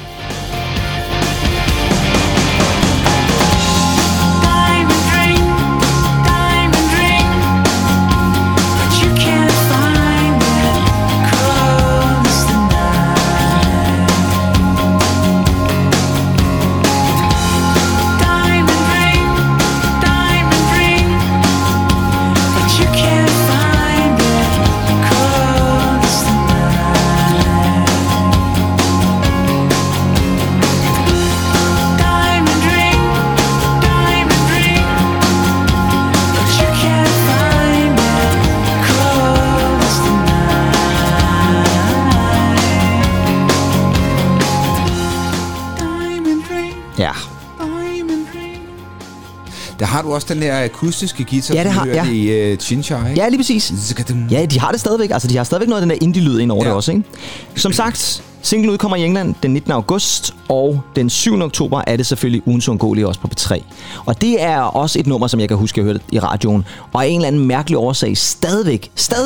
Diamond ring, but you can't find Der har du også den der akustiske guitar, Ja, det som har- du hørte i Chincha, ikke? Ja, lige præcis. Ja, de har det stadigvæk. Altså, de har stadigvæk noget af den der indie-lyd ind over det også, ikke? Som sagt, singlen udkommer i England den 19. august, og den 7. oktober er det selvfølgelig ugens uundgåelige også på P3. Og det er også et nummer, som jeg kan huske, jeg hørte i radioen, og af en eller anden mærkelig årsag stadigvæk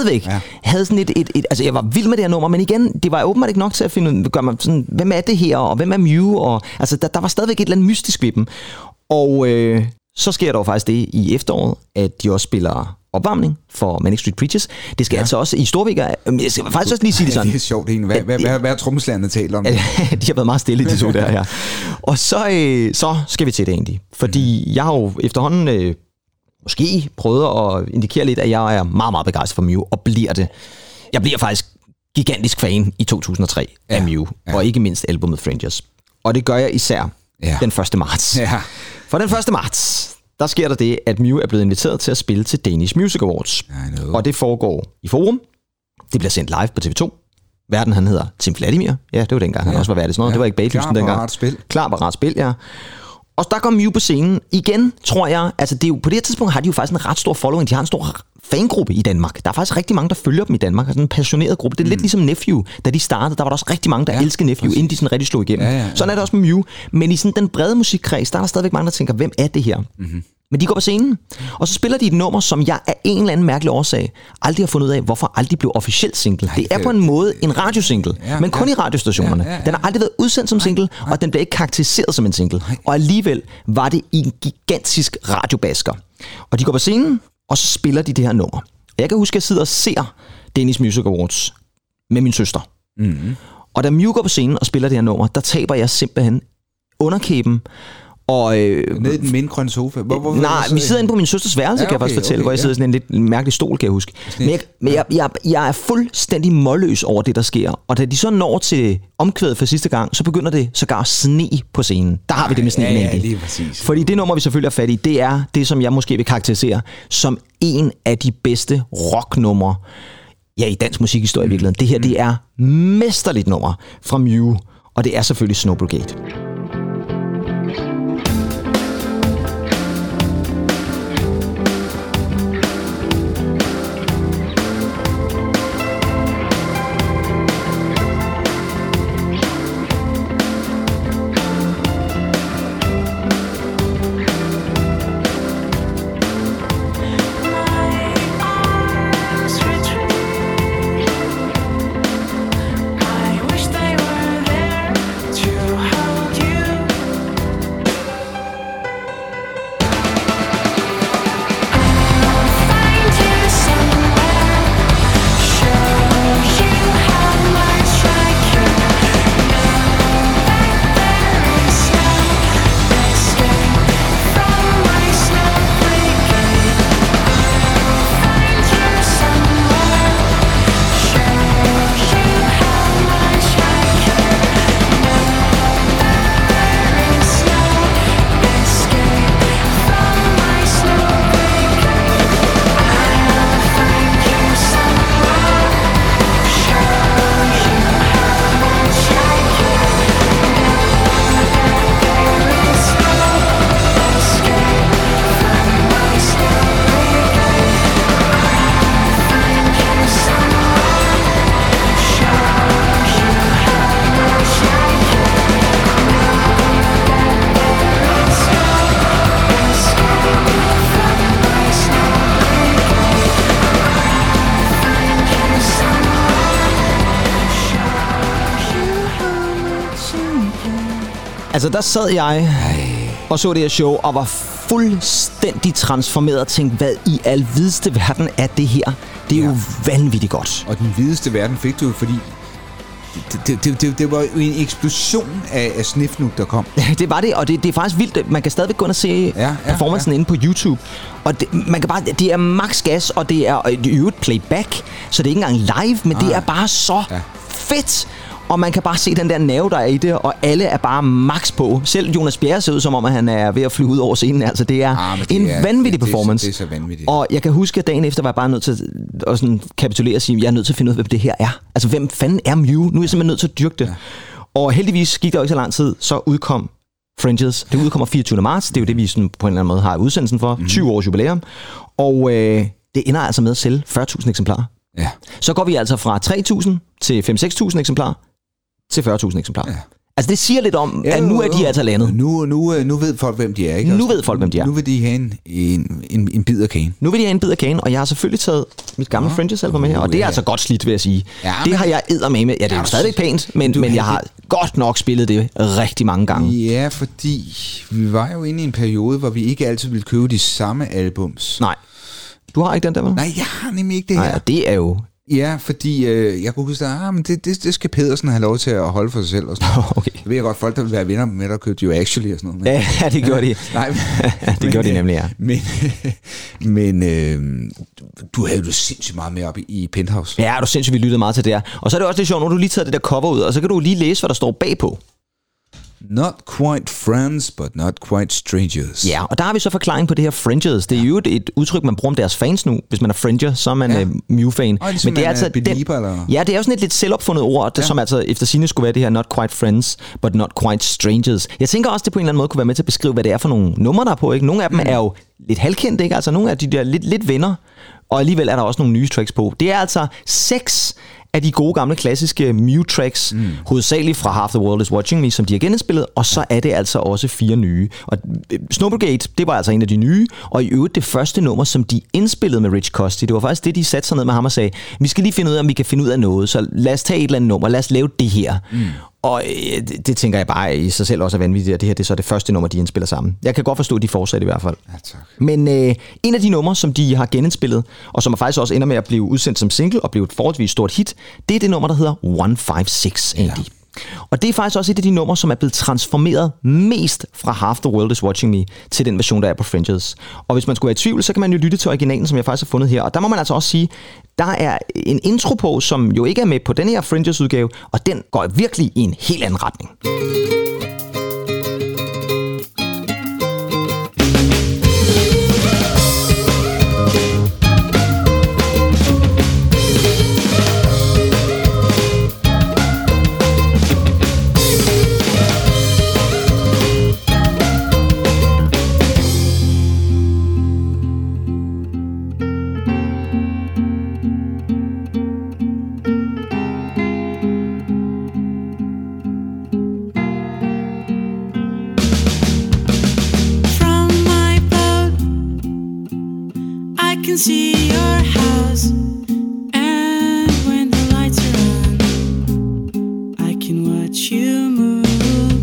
havde sådan altså jeg var vild med det her nummer, men igen, det var åbenbart ikke nok til at gøre mig sådan, hvem er det her, og hvem er Mew, og altså der var stadigvæk et eller andet mystisk ved dem. Og så sker der jo faktisk det i efteråret, at de også spiller opvarmning for Manic Street Preachers. Det skal altså også i Storvik. Jeg skal faktisk også lige sige det sådan. Det er sjovt egentlig. Hvad er trommeslagerne talt om? De har været meget stille, de to der her. Og så skal vi til det egentlig. Fordi jeg har jo efterhånden måske prøvet at indikere lidt, at jeg er meget, meget begejstret for Mew, og bliver det. Jeg bliver faktisk gigantisk fan i 2003 af Mew, og ikke mindst albumet Strangers. Og det gør jeg især den 1. marts. Ja. For den 1. marts, der sker der det, at Mew er blevet inviteret til at spille til Danish Music Awards. Og det foregår i Forum. Det bliver sendt live på TV2. Værten, han hedder Tim Vladimir. Ja, det var dengang, han også var vært i sådan noget. Det var ikke Baglysten dengang. Klar, parat spil, ja. Og der går Mew på scenen. Igen, tror jeg, altså det er jo, på det her tidspunkt har de jo faktisk en ret stor following. De har en stor fangruppe i Danmark. Der er faktisk rigtig mange, der følger dem i Danmark. Altså en passioneret gruppe. Det er lidt ligesom Nephew. Da de startede, der var der også rigtig mange, der elskede Nephew, inden de sådan rigtig slog igennem. Ja. Sådan er det også med Mew. Men i sådan den brede musikkreds, der er der stadigvæk mange, der tænker, hvem er det her? Mm-hmm. Men de går på scenen, og så spiller de et nummer, som jeg af en eller anden mærkelig årsag aldrig har fundet ud af, hvorfor aldrig blev officielt single. Det er på en måde en radiosingle, men kun i radiostationerne. Den har aldrig været udsendt som single, og den blev ikke karakteriseret som en single. Og alligevel var det en gigantisk radiobasker. Og de går på scenen, og så spiller de det her nummer. Jeg kan huske, at jeg sidder og ser Danish Music Awards med min søster. Mm-hmm. Og da Mew går på scenen og spiller det her nummer, der taber jeg simpelthen underkæben. Og, ned i den mindgrønne sofa? Nej, vi sidder inde på min søsters værelse, kan jeg faktisk fortælle, hvor jeg sidder i sådan en lidt mærkelig stol, kan jeg huske. Men jeg er fuldstændig målløs over det, der sker. Og da de så når til omkvædet for sidste gang, så begynder det sågar at sne på scenen. Der har vi det med sneen egentlig. Lige præcis. Fordi det nummer, vi selvfølgelig er fat i, det er det, som jeg måske vil karakterisere som en af de bedste rocknumre i dansk musikhistorie i virkeligheden. Det her, det er mesterligt nummer fra Mew, og det er selvfølgelig Snow Brigade. Altså, der sad jeg og så det her show, og var fuldstændig transformeret og tænkte, hvad i alvideste verden er det her? Det er jo vanvittigt godt. Og den videste verden fik du, fordi det var jo en eksplosion af Snifnuk, der kom. Det var det, og det er faktisk vildt. Man kan stadigvæk gå ind og se performancen inde på YouTube. Og det er max gas, og det er jo et playback, så det er ikke engang live, men det er bare så fedt. Og man kan bare se den der nerve, der er i det, og alle er bare max på. Selv Jonas Bjerre ser ud, som om at han er ved at flyve ud over scenen. Altså, det er en vanvittig performance. Det er så vanvittigt. Og jeg kan huske, at dagen efter var jeg bare nødt til at sådan kapitulere og sige, at jeg er nødt til at finde ud af, hvad det her er. Altså, hvem fanden er Mew? Nu er jeg simpelthen nødt til at dyrke det. Ja. Og heldigvis gik der jo ikke så lang tid, så udkom Fringes. Det udkommer 24. marts. Det er jo det, vi sådan på en eller anden måde har udsendelsen for. 20 års jubilæum. Og det ender altså med at sælge 40.000 eksemplarer. Ja. Så går vi altså fra 3.000 til 5-6.000 eksemplarer til 40.000 eksemplarer. Ja. Altså det siger lidt om, at nu er de altså landet. Nu ved folk, hvem de er, ikke? Nu ved folk, hvem de er. Nu vil de have en bid af kagen. Nu vil de have en bid af kagen, og jeg har selvfølgelig taget mit gamle Fringes-album med her, og det er altså godt slidt, vil jeg sige. Ja, det har jeg eddermame med. Ja, det er jo stadig pænt, men jeg har godt nok spillet det rigtig mange gange. Ja, fordi vi var jo inde i en periode, hvor vi ikke altid ville købe de samme albums. Nej. Du har ikke den der, vel? Nej, jeg har nemlig ikke det her. Nej, det er jo... Ja, fordi jeg kunne huske, at det skal Pedersen have lov til at holde for sig selv og sådan noget. Okay. Det ved jeg godt, folk der vil være venner med, der købte jo Actually og sådan noget. Ja, det gjorde de. Nej, det gjorde de nemlig, ja. Men du havde jo sindssygt meget med op i Penthouse. Ja, du sindssygt, vi lyttede meget til det her. Og så er det også lidt sjovt, når du lige tager det der cover ud, og så kan du lige læse, hvad der står bagpå. Not quite friends, but not quite strangers. Ja, og der har vi så forklaring på det her Fringes. Det er jo et udtryk, man bruger om deres fans nu. Hvis man er Fringer, så er man Mew-fan. Men det er altså ja, det er jo sådan et lidt selvopfundet ord, som altså efter sigende skulle være det her not quite friends, but not quite strangers. Jeg tænker også, det på en eller anden måde kunne være med til at beskrive, hvad det er for nogle numre, der er på. Ikke? Nogle af dem er jo lidt halvkendte, ikke? Altså nogle af de der lidt venner, og alligevel er der også nogle nye tracks på. Det er altså 6 af de gode gamle klassiske Mew-tracks, hovedsageligt fra Half the World is Watching Me, som de har genindspillet, og så er det altså også 4 nye. Og Snowbrigade, det var altså en af de nye, og i øvrigt det første nummer, som de indspillede med Rich Costey. Det var faktisk det, de satte sig ned med ham og sagde, vi skal lige finde ud af, om vi kan finde ud af noget, så lad os tage et eller andet nummer, lad os lave det her. Og det tænker jeg bare i sig selv også er vanvittigt, det her det er så det første nummer, de indspiller sammen. Jeg kan godt forstå, at de fortsætter i hvert fald. Ja, tak. Men en af de numre, som de har genindspillet, og som faktisk også ender med at blive udsendt som single og blive et forholdsvis stort hit, det er det nummer, der hedder 156, Andy. Ja. Og det er faktisk også et af de numre, som er blevet transformeret mest fra Half the World is Watching Me til den version, der er på Fringes. Og hvis man skulle være i tvivl, så kan man jo lytte til originalen, som jeg faktisk har fundet her. Og der må man altså også sige, der er en intro på, som jo ikke er med på den her Fringes-udgave, og den går virkelig i en helt anden retning. See your house, and when the lights are on, I can watch you move.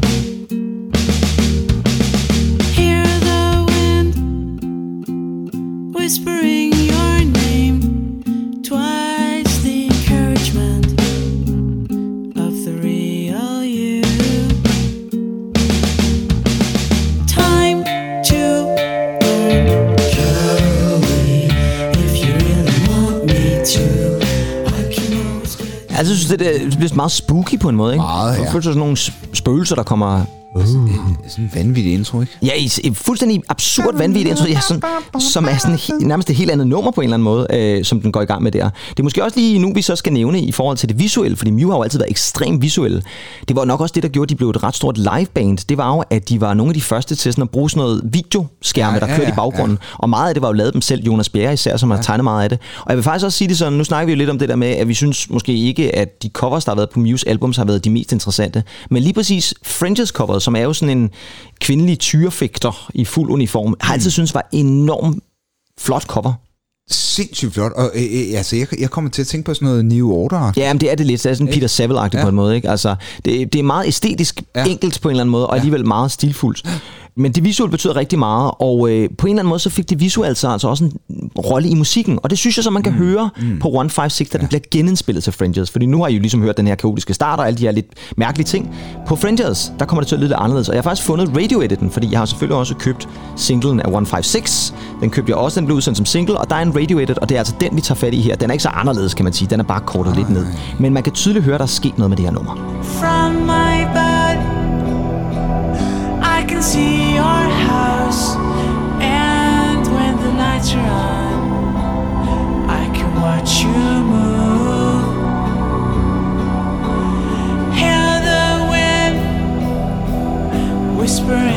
Hear the wind whispering your name, twice the encouragement of the real you. Time to learn. Altså, jeg synes, det bliver meget spooky på en måde, ikke? Meget, ja. Jeg føler sådan nogle spøgelser, der kommer... Sådan en vanvittig intro, ikke? Ja, en fuldstændig absurd vanvittig intro, ja, som er sådan nærmest et helt andet nummer på en eller anden måde, som den går i gang med der. Det er måske også lige nu, vi så skal nævne i forhold til det visuelle, fordi Mew har jo altid været ekstremt visuelle. Det var nok også det, der gjorde, at de blev et ret stort liveband. Det var jo, at de var nogle af de første til sådan at bruge sådan noget videoskærme, der kørte i baggrunden. Ja. Og meget af det var jo lavet dem selv, Jonas Bjerre især, som har tegnet meget af det. Og jeg vil faktisk også sige det sådan, nu snakker vi jo lidt om det der med, at vi synes måske ikke, at de covers, der har været på Mews albums, har været de mest interessante. Men lige præcis Fringes coveret, som er jo sådan en kvindelig tyrefægter i fuld uniform, har altid synes var enormt flot cover. Sindssygt flot, og altså, jeg kommer til at tænke på sådan noget New Order. Ja, men det er det lidt, det er sådan Peter Saville-agtigt på en måde, ikke? Altså, det er meget æstetisk enkelt på en eller anden måde, og alligevel meget stilfuldt. Men det visuelle betyder rigtig meget, og på en eller anden måde, så fik det visuelt altså også en rolle i musikken, og det synes jeg så, man kan høre på 156, da den bliver genindspillet til Fringes, fordi nu har I jo ligesom hørt den her kaotiske start og alle de her lidt mærkelige ting. På Fringes, der kommer det til at lyde lidt anderledes, og jeg har faktisk fundet radio-editen, fordi jeg har selvfølgelig også købt singlen af 156. Den købte jeg også, den blev udsendt som single, og der er en radio-edit, og det er altså den, vi tager fat i her. Den er ikke så anderledes, kan man sige. Den er bare kortet lidt ned. Men man kan tydeligt høre, der er sket noget med det her nummer. From my bed, I can see your house, and when the lights are on, I can watch you move. Hear the wind whispering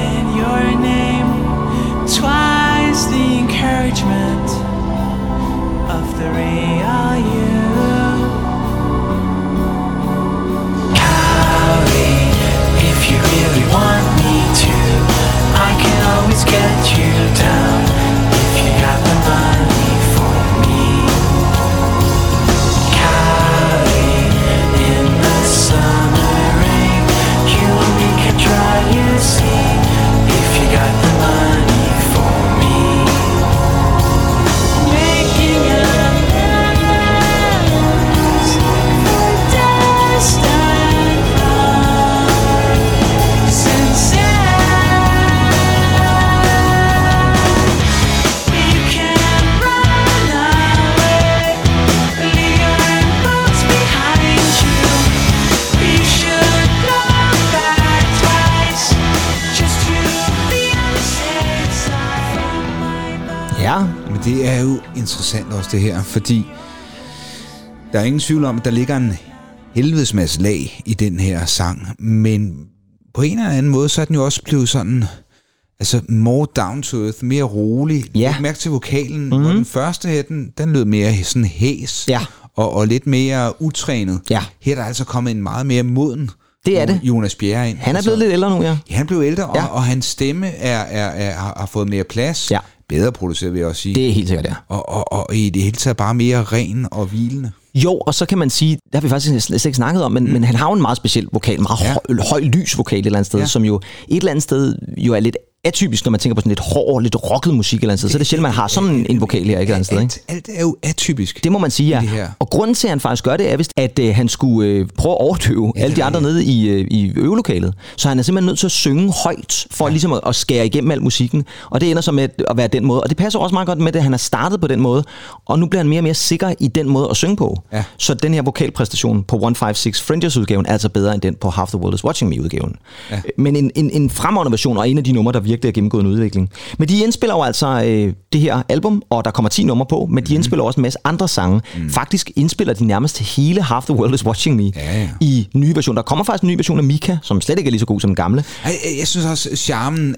Ja. Men det er jo interessant også det her, fordi der er ingen tvivl om, at der ligger en helvedes masse lag i den her sang, men på en eller anden måde, så er den jo også blevet sådan, altså more down to earth, mere rolig. Ja. Læg mærke til vokalen, hvor den første her, den lød mere sådan hæs, Ja. og lidt mere utrænet. Ja. Her er der altså kommet en meget mere moden Det er det. Jonas Bjerre ind. Han er blevet lidt ældre nu, ja. Ja, han blev ældre, Ja. og hans stemme har fået mere plads. Ja. Bedre produceret, vil jeg også sige. Det er helt sikkert, ja. Og i det hele taget bare mere ren og hvilende. Jo, og så kan man sige, det har vi faktisk slet ikke snakket om, men han har jo en meget speciel vokal, meget høj lys vokal et eller andet sted, som jo et eller andet sted jo er lidt atypisk, når man tænker på sådan lidt hård, lidt rocket musik et eller andet sted. Så er det sjældent, man har sådan en vokal her et eller andet sted, ikke? Alt er jo atypisk. Det må man sige, ja. det her. Og grunden til, at han faktisk gør det, er vist, at han skulle prøve at overdøve alle de andre nede i øvelokalet. Så han er simpelthen nødt til at synge højt, for ligesom at skære igennem al musikken. Og det ender så med at være den måde. Og det passer også meget godt med, at han har startet på den måde. Og nu bliver han mere og mere sikker i den måde at synge på. Ja. Så den her vokalpræstation på 156 Fringes-udgaven er altså bedre end den på Half the World is Watching Me-udgaven. Ja. Men en fremragende version, og en af de numre, der virkelig har gennemgået en udvikling. Men de indspiller jo altså det her album, og der kommer 10 numre på, men de indspiller også en masse andre sange. Faktisk indspiller de nærmest hele Half the World is Watching Me i nye versioner. Der kommer faktisk en ny version af Mika, som slet ikke er lige så god som den gamle. Jeg synes også, at charmen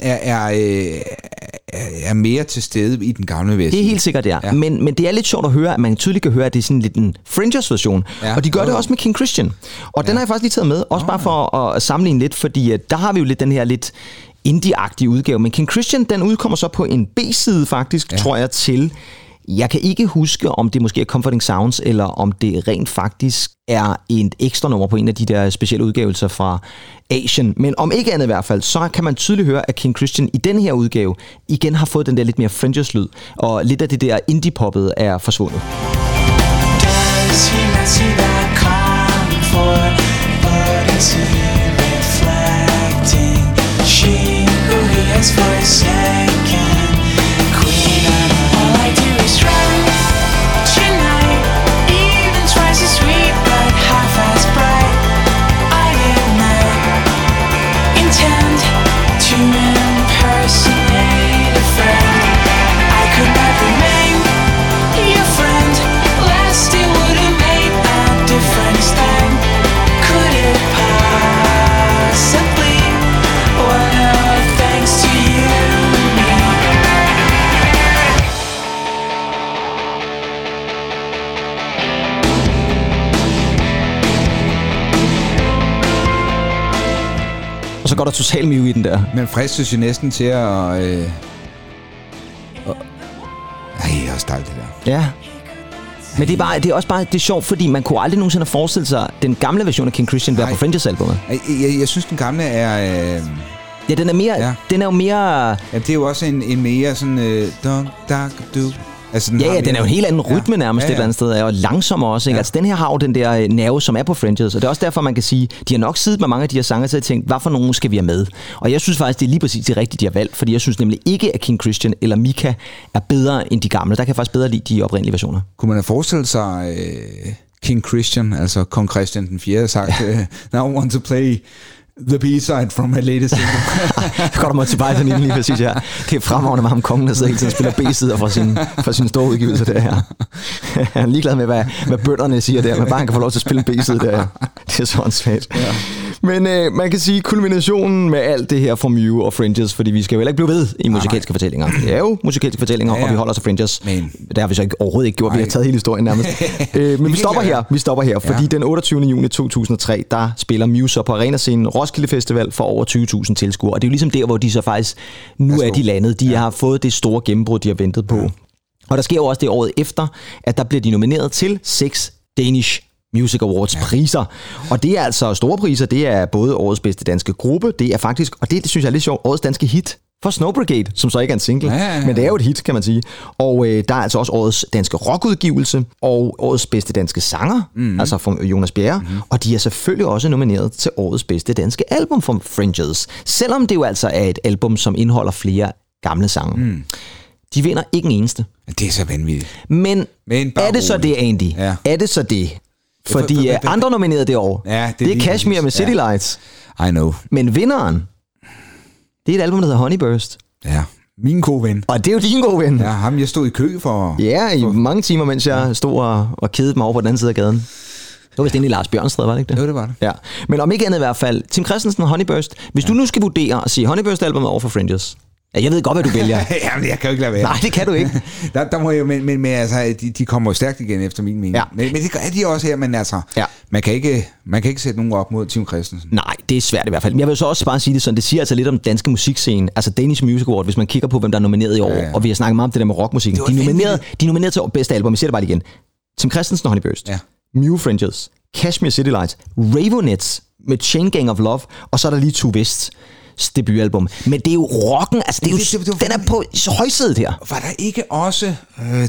er mere til stede i den gamle version. Det er helt sikkert, ja. Men det er lidt sjovt at høre, at man tydeligt kan høre, at det er sådan lidt en Fringes-version. Ja. Og de gør det også med King Christian. Og den har jeg faktisk lige taget med, også bare for at sammenligne lidt, fordi der har vi jo lidt den her lidt indie-agtige udgave. Men King Christian, den udkommer så på en B-side faktisk, tror jeg, til... Jeg kan ikke huske, om det måske er Comforting Sounds, eller om det rent faktisk er et ekstra nummer på en af de der specielle udgavelser fra Asien. Men om ikke andet i hvert fald, så kan man tydeligt høre, at King Christian i den her udgave igen har fået den der lidt mere Fringes-lyd, og lidt af det der indie-poppet er forsvundet. Does he not see that comfort? But is he reflecting? She who he has forsaken, queen and all I do is drown tonight. Even twice as sweet, but half as bright. I admit, intend to impersonate a friend. I could not remain your friend. Last it would have made a difference then. Could it possibly? What of thanks to you and me? Og så går der total Mew i den der. Man fristes jo næsten til at... Ej, det er også dejligt, det der. Ja. Men det er også bare det er sjovt, fordi man kunne aldrig nogensinde have forestillet sig den gamle version af King Christian være på Fringes-albumet. Jeg synes, den gamle er... Ja, den er mere... Ja. Den er jo mere... Ja, det er jo også en mere sådan... Du. Altså, den Den er jo en helt anden rytme nærmest et eller andet sted, og langsommere også. Ikke? Ja. Altså, den her har jo den der nerve, som er på Fringes, og det er også derfor, man kan sige, de har nok siddet med mange af de her sanger, så jeg tænkt, hvad for nogen skal vi have med? Og jeg synes faktisk, det er lige præcis det rigtige, de har valgt, fordi jeg synes nemlig ikke, at King Christian eller Mika er bedre end de gamle. Der kan jeg faktisk bedre lide de oprindelige versioner. Kunne man have forestillet sig King Christian, altså kong Christian den 4. sagt, now I want to play the B-side from my latest single. Så går der Monty Python ind lige præcis her. Det er fremragende med ham, kongen, der sidder hele tiden og spiller B-sider fra sin store udgivelse der her. Han er ligeglad med, hvad bønderne siger der, men bare han kan få lov til at spille en B-side der. Det er sådan svært. Ja. Men man kan sige, kulminationen med alt det her fra Mew og Fringes, fordi vi skal jo heller ikke blive ved i musikalske fortællinger. Det er jo musikalske fortællinger, og vi holder os af Fringes. Men det har vi så overhovedet ikke gjort. Vi har taget hele historien nærmest. Men vi stopper her, fordi den 28. juni 2003, der spiller Mew så på arenascenen Roskilde Festival for over 20.000 tilskuere. Og det er jo ligesom der, hvor de så faktisk, nu er de landet. De har fået det store gennembrud, de har ventet på. Og der sker jo også det året efter, at der bliver de nomineret til 6 Danish Music Awards priser. Og det er altså store priser. Det er både årets bedste danske gruppe, det er faktisk, og det synes jeg er lidt sjovt, årets danske hit for Snow Brigade, som så ikke er en single, men det er jo et hit, kan man sige. Og der er altså også årets danske rockudgivelse, og årets bedste danske sanger, altså fra Jonas Bjerre, og de er selvfølgelig også nomineret til årets bedste danske album fra Fringes, selvom det jo altså er et album, som indeholder flere gamle sange. De vinder ikke en eneste. Det er så vanvittigt. Men er det så det, Andy? Ja. Er det så det? Fordi andre nominerede det år, det er Kashmir med City Lights. I know. Men vinderen, det er et album, der hedder Honeyburst. Ja, Min gode ven. Og det er jo din gode ven. Ja, ham jeg stod i kø for. Ja, i mange timer, mens jeg stod og kedede mig over på den anden side af gaden. Det var vist inde i Lars Bjørnstræde, var det ikke det? Jo, det var det. Ja. Men om ikke andet i hvert fald, Tim Christensen og Honeyburst. Hvis du nu skal vurdere og sige Honeyburst-albumet over for Fringes. Ja, jeg ved godt, hvad du vælger. Jamen, jeg kan jo ikke lade være. Nej, det kan du ikke. der må jeg, men altså, de kommer jo stærkt igen efter min mening. Ja. Men det gør de også her, men altså, Ja. man kan ikke sætte nogen op mod Tim Christensen. Nej, det er svært i hvert fald. Men jeg vil så også bare sige det sådan, det siger altså lidt om den danske musikscene. Altså Danish Music Award, hvis man kigger på, hvem der er nomineret i år, Ja. og vi har snakket meget om det der med rockmusikken. De er nomineret til bedste album, vi siger det bare lige igen. Tim Christensen og Honeyburst. Ja. Mew Fringes. Kashmir City Lights. Raveonettes med Chain Gang of Love. Og så er der lige Two Wests debutalbum. Men det er jo rocken, altså det er jo, den er på højsædet her. Var der ikke også... det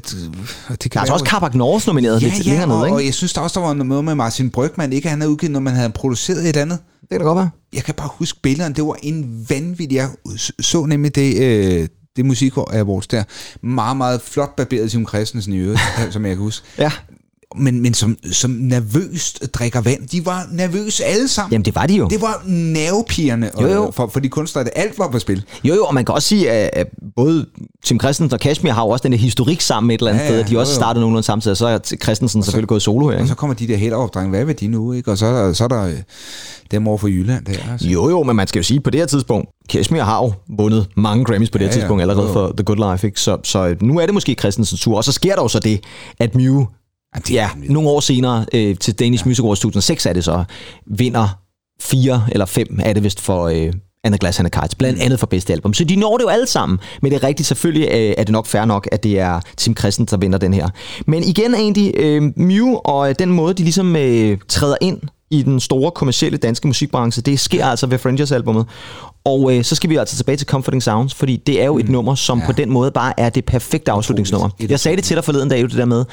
kan Der er altså også Carbac North nomineret lidt længere nede, ikke? Og jeg synes der også, der var noget med Martin Brygmann, ikke? Han havde udgivet, når man havde produceret et andet. Det kan da godt være. Jeg kan bare huske billederne. Det var en vanvittig... Jeg så nemlig det musik-awards der. Meget, meget flot barberet Tim Christensen i øvrigt, som jeg kan huske. Ja. Men som nervøst drikker vand. De var nervøse alle sammen. Jamen det var de jo. Det var nervepirrende Jo. for de kunstnere, at alt var på spil. Jo, og man kan også sige, at både Tim Christensen og Kashmir har jo også den der historik sammen et eller andet sted. De har også startet nogenlunde samtidig, og så er Christensen selvfølgelig gået solo her. Og Ikke? så kommer de der Hellerup-drenge, hvad vil de nu? Ikke? Og så er der dem over for Jylland der. Altså. Jo, men man skal jo sige, på det her tidspunkt, Kashmir har jo vundet mange Grammys på det her tidspunkt allerede for The Good Life. Ikke? Så nu er det måske Christensens tur, og så sker der jo så det, at Mew, nogle år senere til Danish Music Awards 2006 er det så, vinder 4 eller 5 er det vist for Anna Glass and the Kites, blandt andet for bedste album. Så de når det jo alle sammen, men det er rigtigt, selvfølgelig er det nok fair nok, at det er Tim Christensen, der vinder den her. Men igen egentlig, Mew og den måde, de ligesom træder ind i den store kommercielle danske musikbranche, det sker altså ved Fringes-albummet. Og så skal vi altså tilbage til Comforting Sounds, fordi det er jo et nummer, som på den måde bare er det perfekte afslutningsnummer. Jeg sagde det til dig forleden dag, det der med,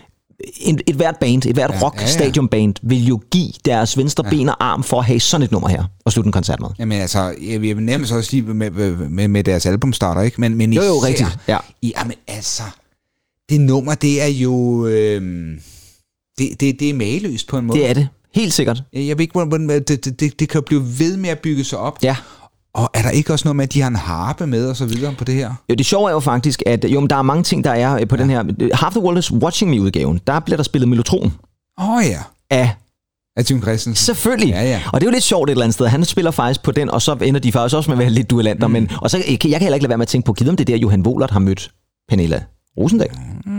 et hvert band, et hvert rock-stadium-band vil jo give deres venstre ben og arm for at have sådan et nummer her og slutte en koncert med. Jamen altså, jeg vil nærmest også sige med deres albumstarter, ikke? Men jo, rigtigt. Ja. Jamen altså, det nummer, det er jo... det er mageløst på en måde. Det er det. Helt sikkert. Jeg ved ikke, hvordan det kan blive ved med at bygge sig op. Ja. Og er der ikke også noget med, at de har en harpe med og så videre på det her? Jo, det sjove er jo faktisk, at men der er mange ting, der er på den her... Half the World is Watching Me-udgaven. Der bliver der spillet Mellotron. Ja. Af Tim Christensen. Selvfølgelig. Ja. Og det er jo lidt sjovt et eller andet sted. Han spiller faktisk på den, og så ender de faktisk også med at være lidt duellanter. Men, og så jeg kan heller ikke lade være med at tænke på, givet om det der Johan Wohlert har mødt Pernilla Rosendahl.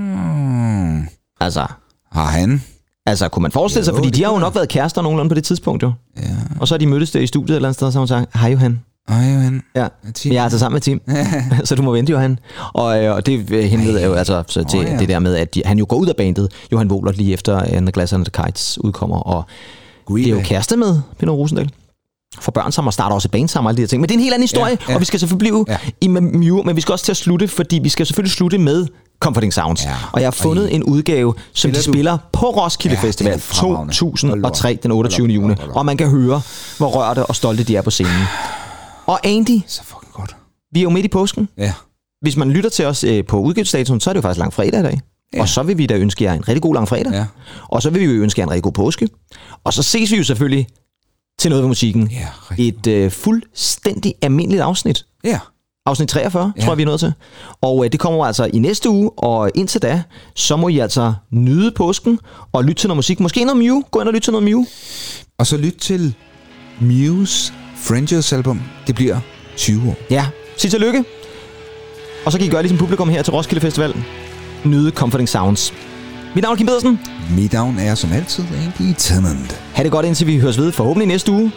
Altså... Har han? Altså, kunne man forestille sig, fordi de har jo nok været kærester nogenlunde på det tidspunkt, jo. Ja. Og så har de mødtes der i studiet et eller andet sted, og så har hun sagt, hej Johan. Hej Johan. Ja, men jeg er altså sammen med Tim, så du må vente, Johan. Og det henleder jo altså så til det der med, at han jo går ud af bandet, Johan Wohlert, lige efter The Glass and the Kites udkommer, og det er jo kæreste med Pernilla Rosendahl. For børn sammen og starter også et band sammen og alle de her ting. Men det er en helt anden historie, og vi skal selvfølgelig blive i Mew, men vi skal også til at slutte, fordi vi skal selvfølgelig slutte med Comforting Sounds. Ja. Og jeg har fundet en udgave, som de spiller på Roskilde Festival 2003, den 28. juni. Og man kan høre, hvor rørte og stolte de er på scenen. Og Andy, så fucking godt. Vi er jo midt i påsken. Ja. Hvis man lytter til os på udgivelsesdatoen, så er det jo faktisk langfredag i dag. Ja. Og så vil vi da ønske jer en rigtig god langfredag. Ja. Og så vil vi jo ønske jer en rigtig god påske. Og så ses vi jo selvfølgelig til noget ved musikken. Ja, et fuldstændig almindeligt afsnit. Ja. Afsnit 43, tror jeg, vi er nået til. Og det kommer altså i næste uge, og indtil da, så må I altså nyde påsken og lytte til noget musik. Måske noget Mew. Gå ind og lytte til noget Mew. Og så lyt til Mews Fringes album. Det bliver 20 år. Ja, sig tillykke. Og så kan I gøre ligesom publikum her til Roskilde Festival. Nyde Comforting Sounds. Mit navn er Kim Pedersen. Mit navn er som altid Andy Tennant. Ha' det godt, indtil vi høres ved, forhåbentlig næste uge.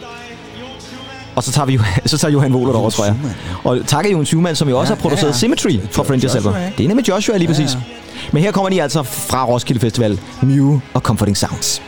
Og så tager Johan Wohlert over, tror jeg. Og tak af Jon Schumann, som jo også har produceret Symmetry for Fringes album. Det er nemlig Joshua lige præcis. Men her kommer de altså fra Roskilde Festival. Mew og Comforting Sounds.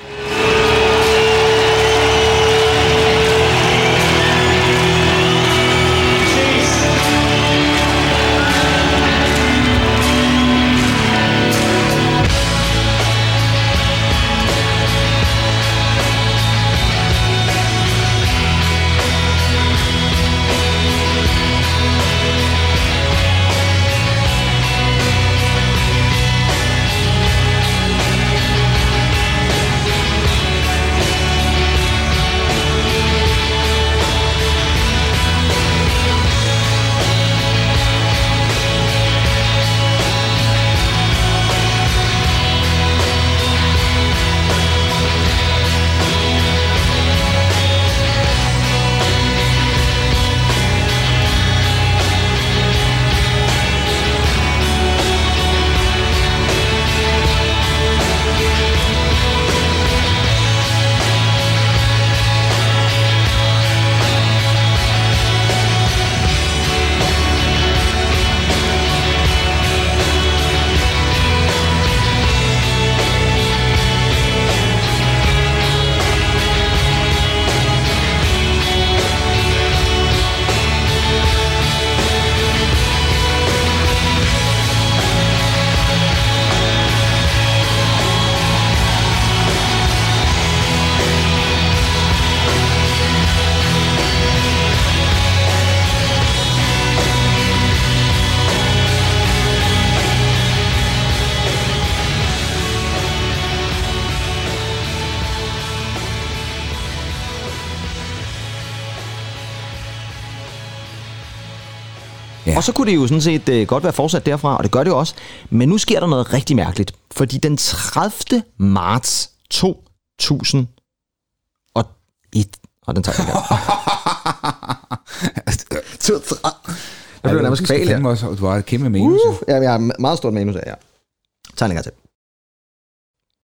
Ja. Og så kunne det jo sådan set godt være fortsat derfra, og det gør det jo også. Men nu sker der noget rigtig mærkeligt. Fordi den 30. marts 2001, og den tager jeg der. Jeg blev nærmest kval her. Du har et kæmpe minus. Ja, jeg har meget stort manus af jer. Tag en gang til.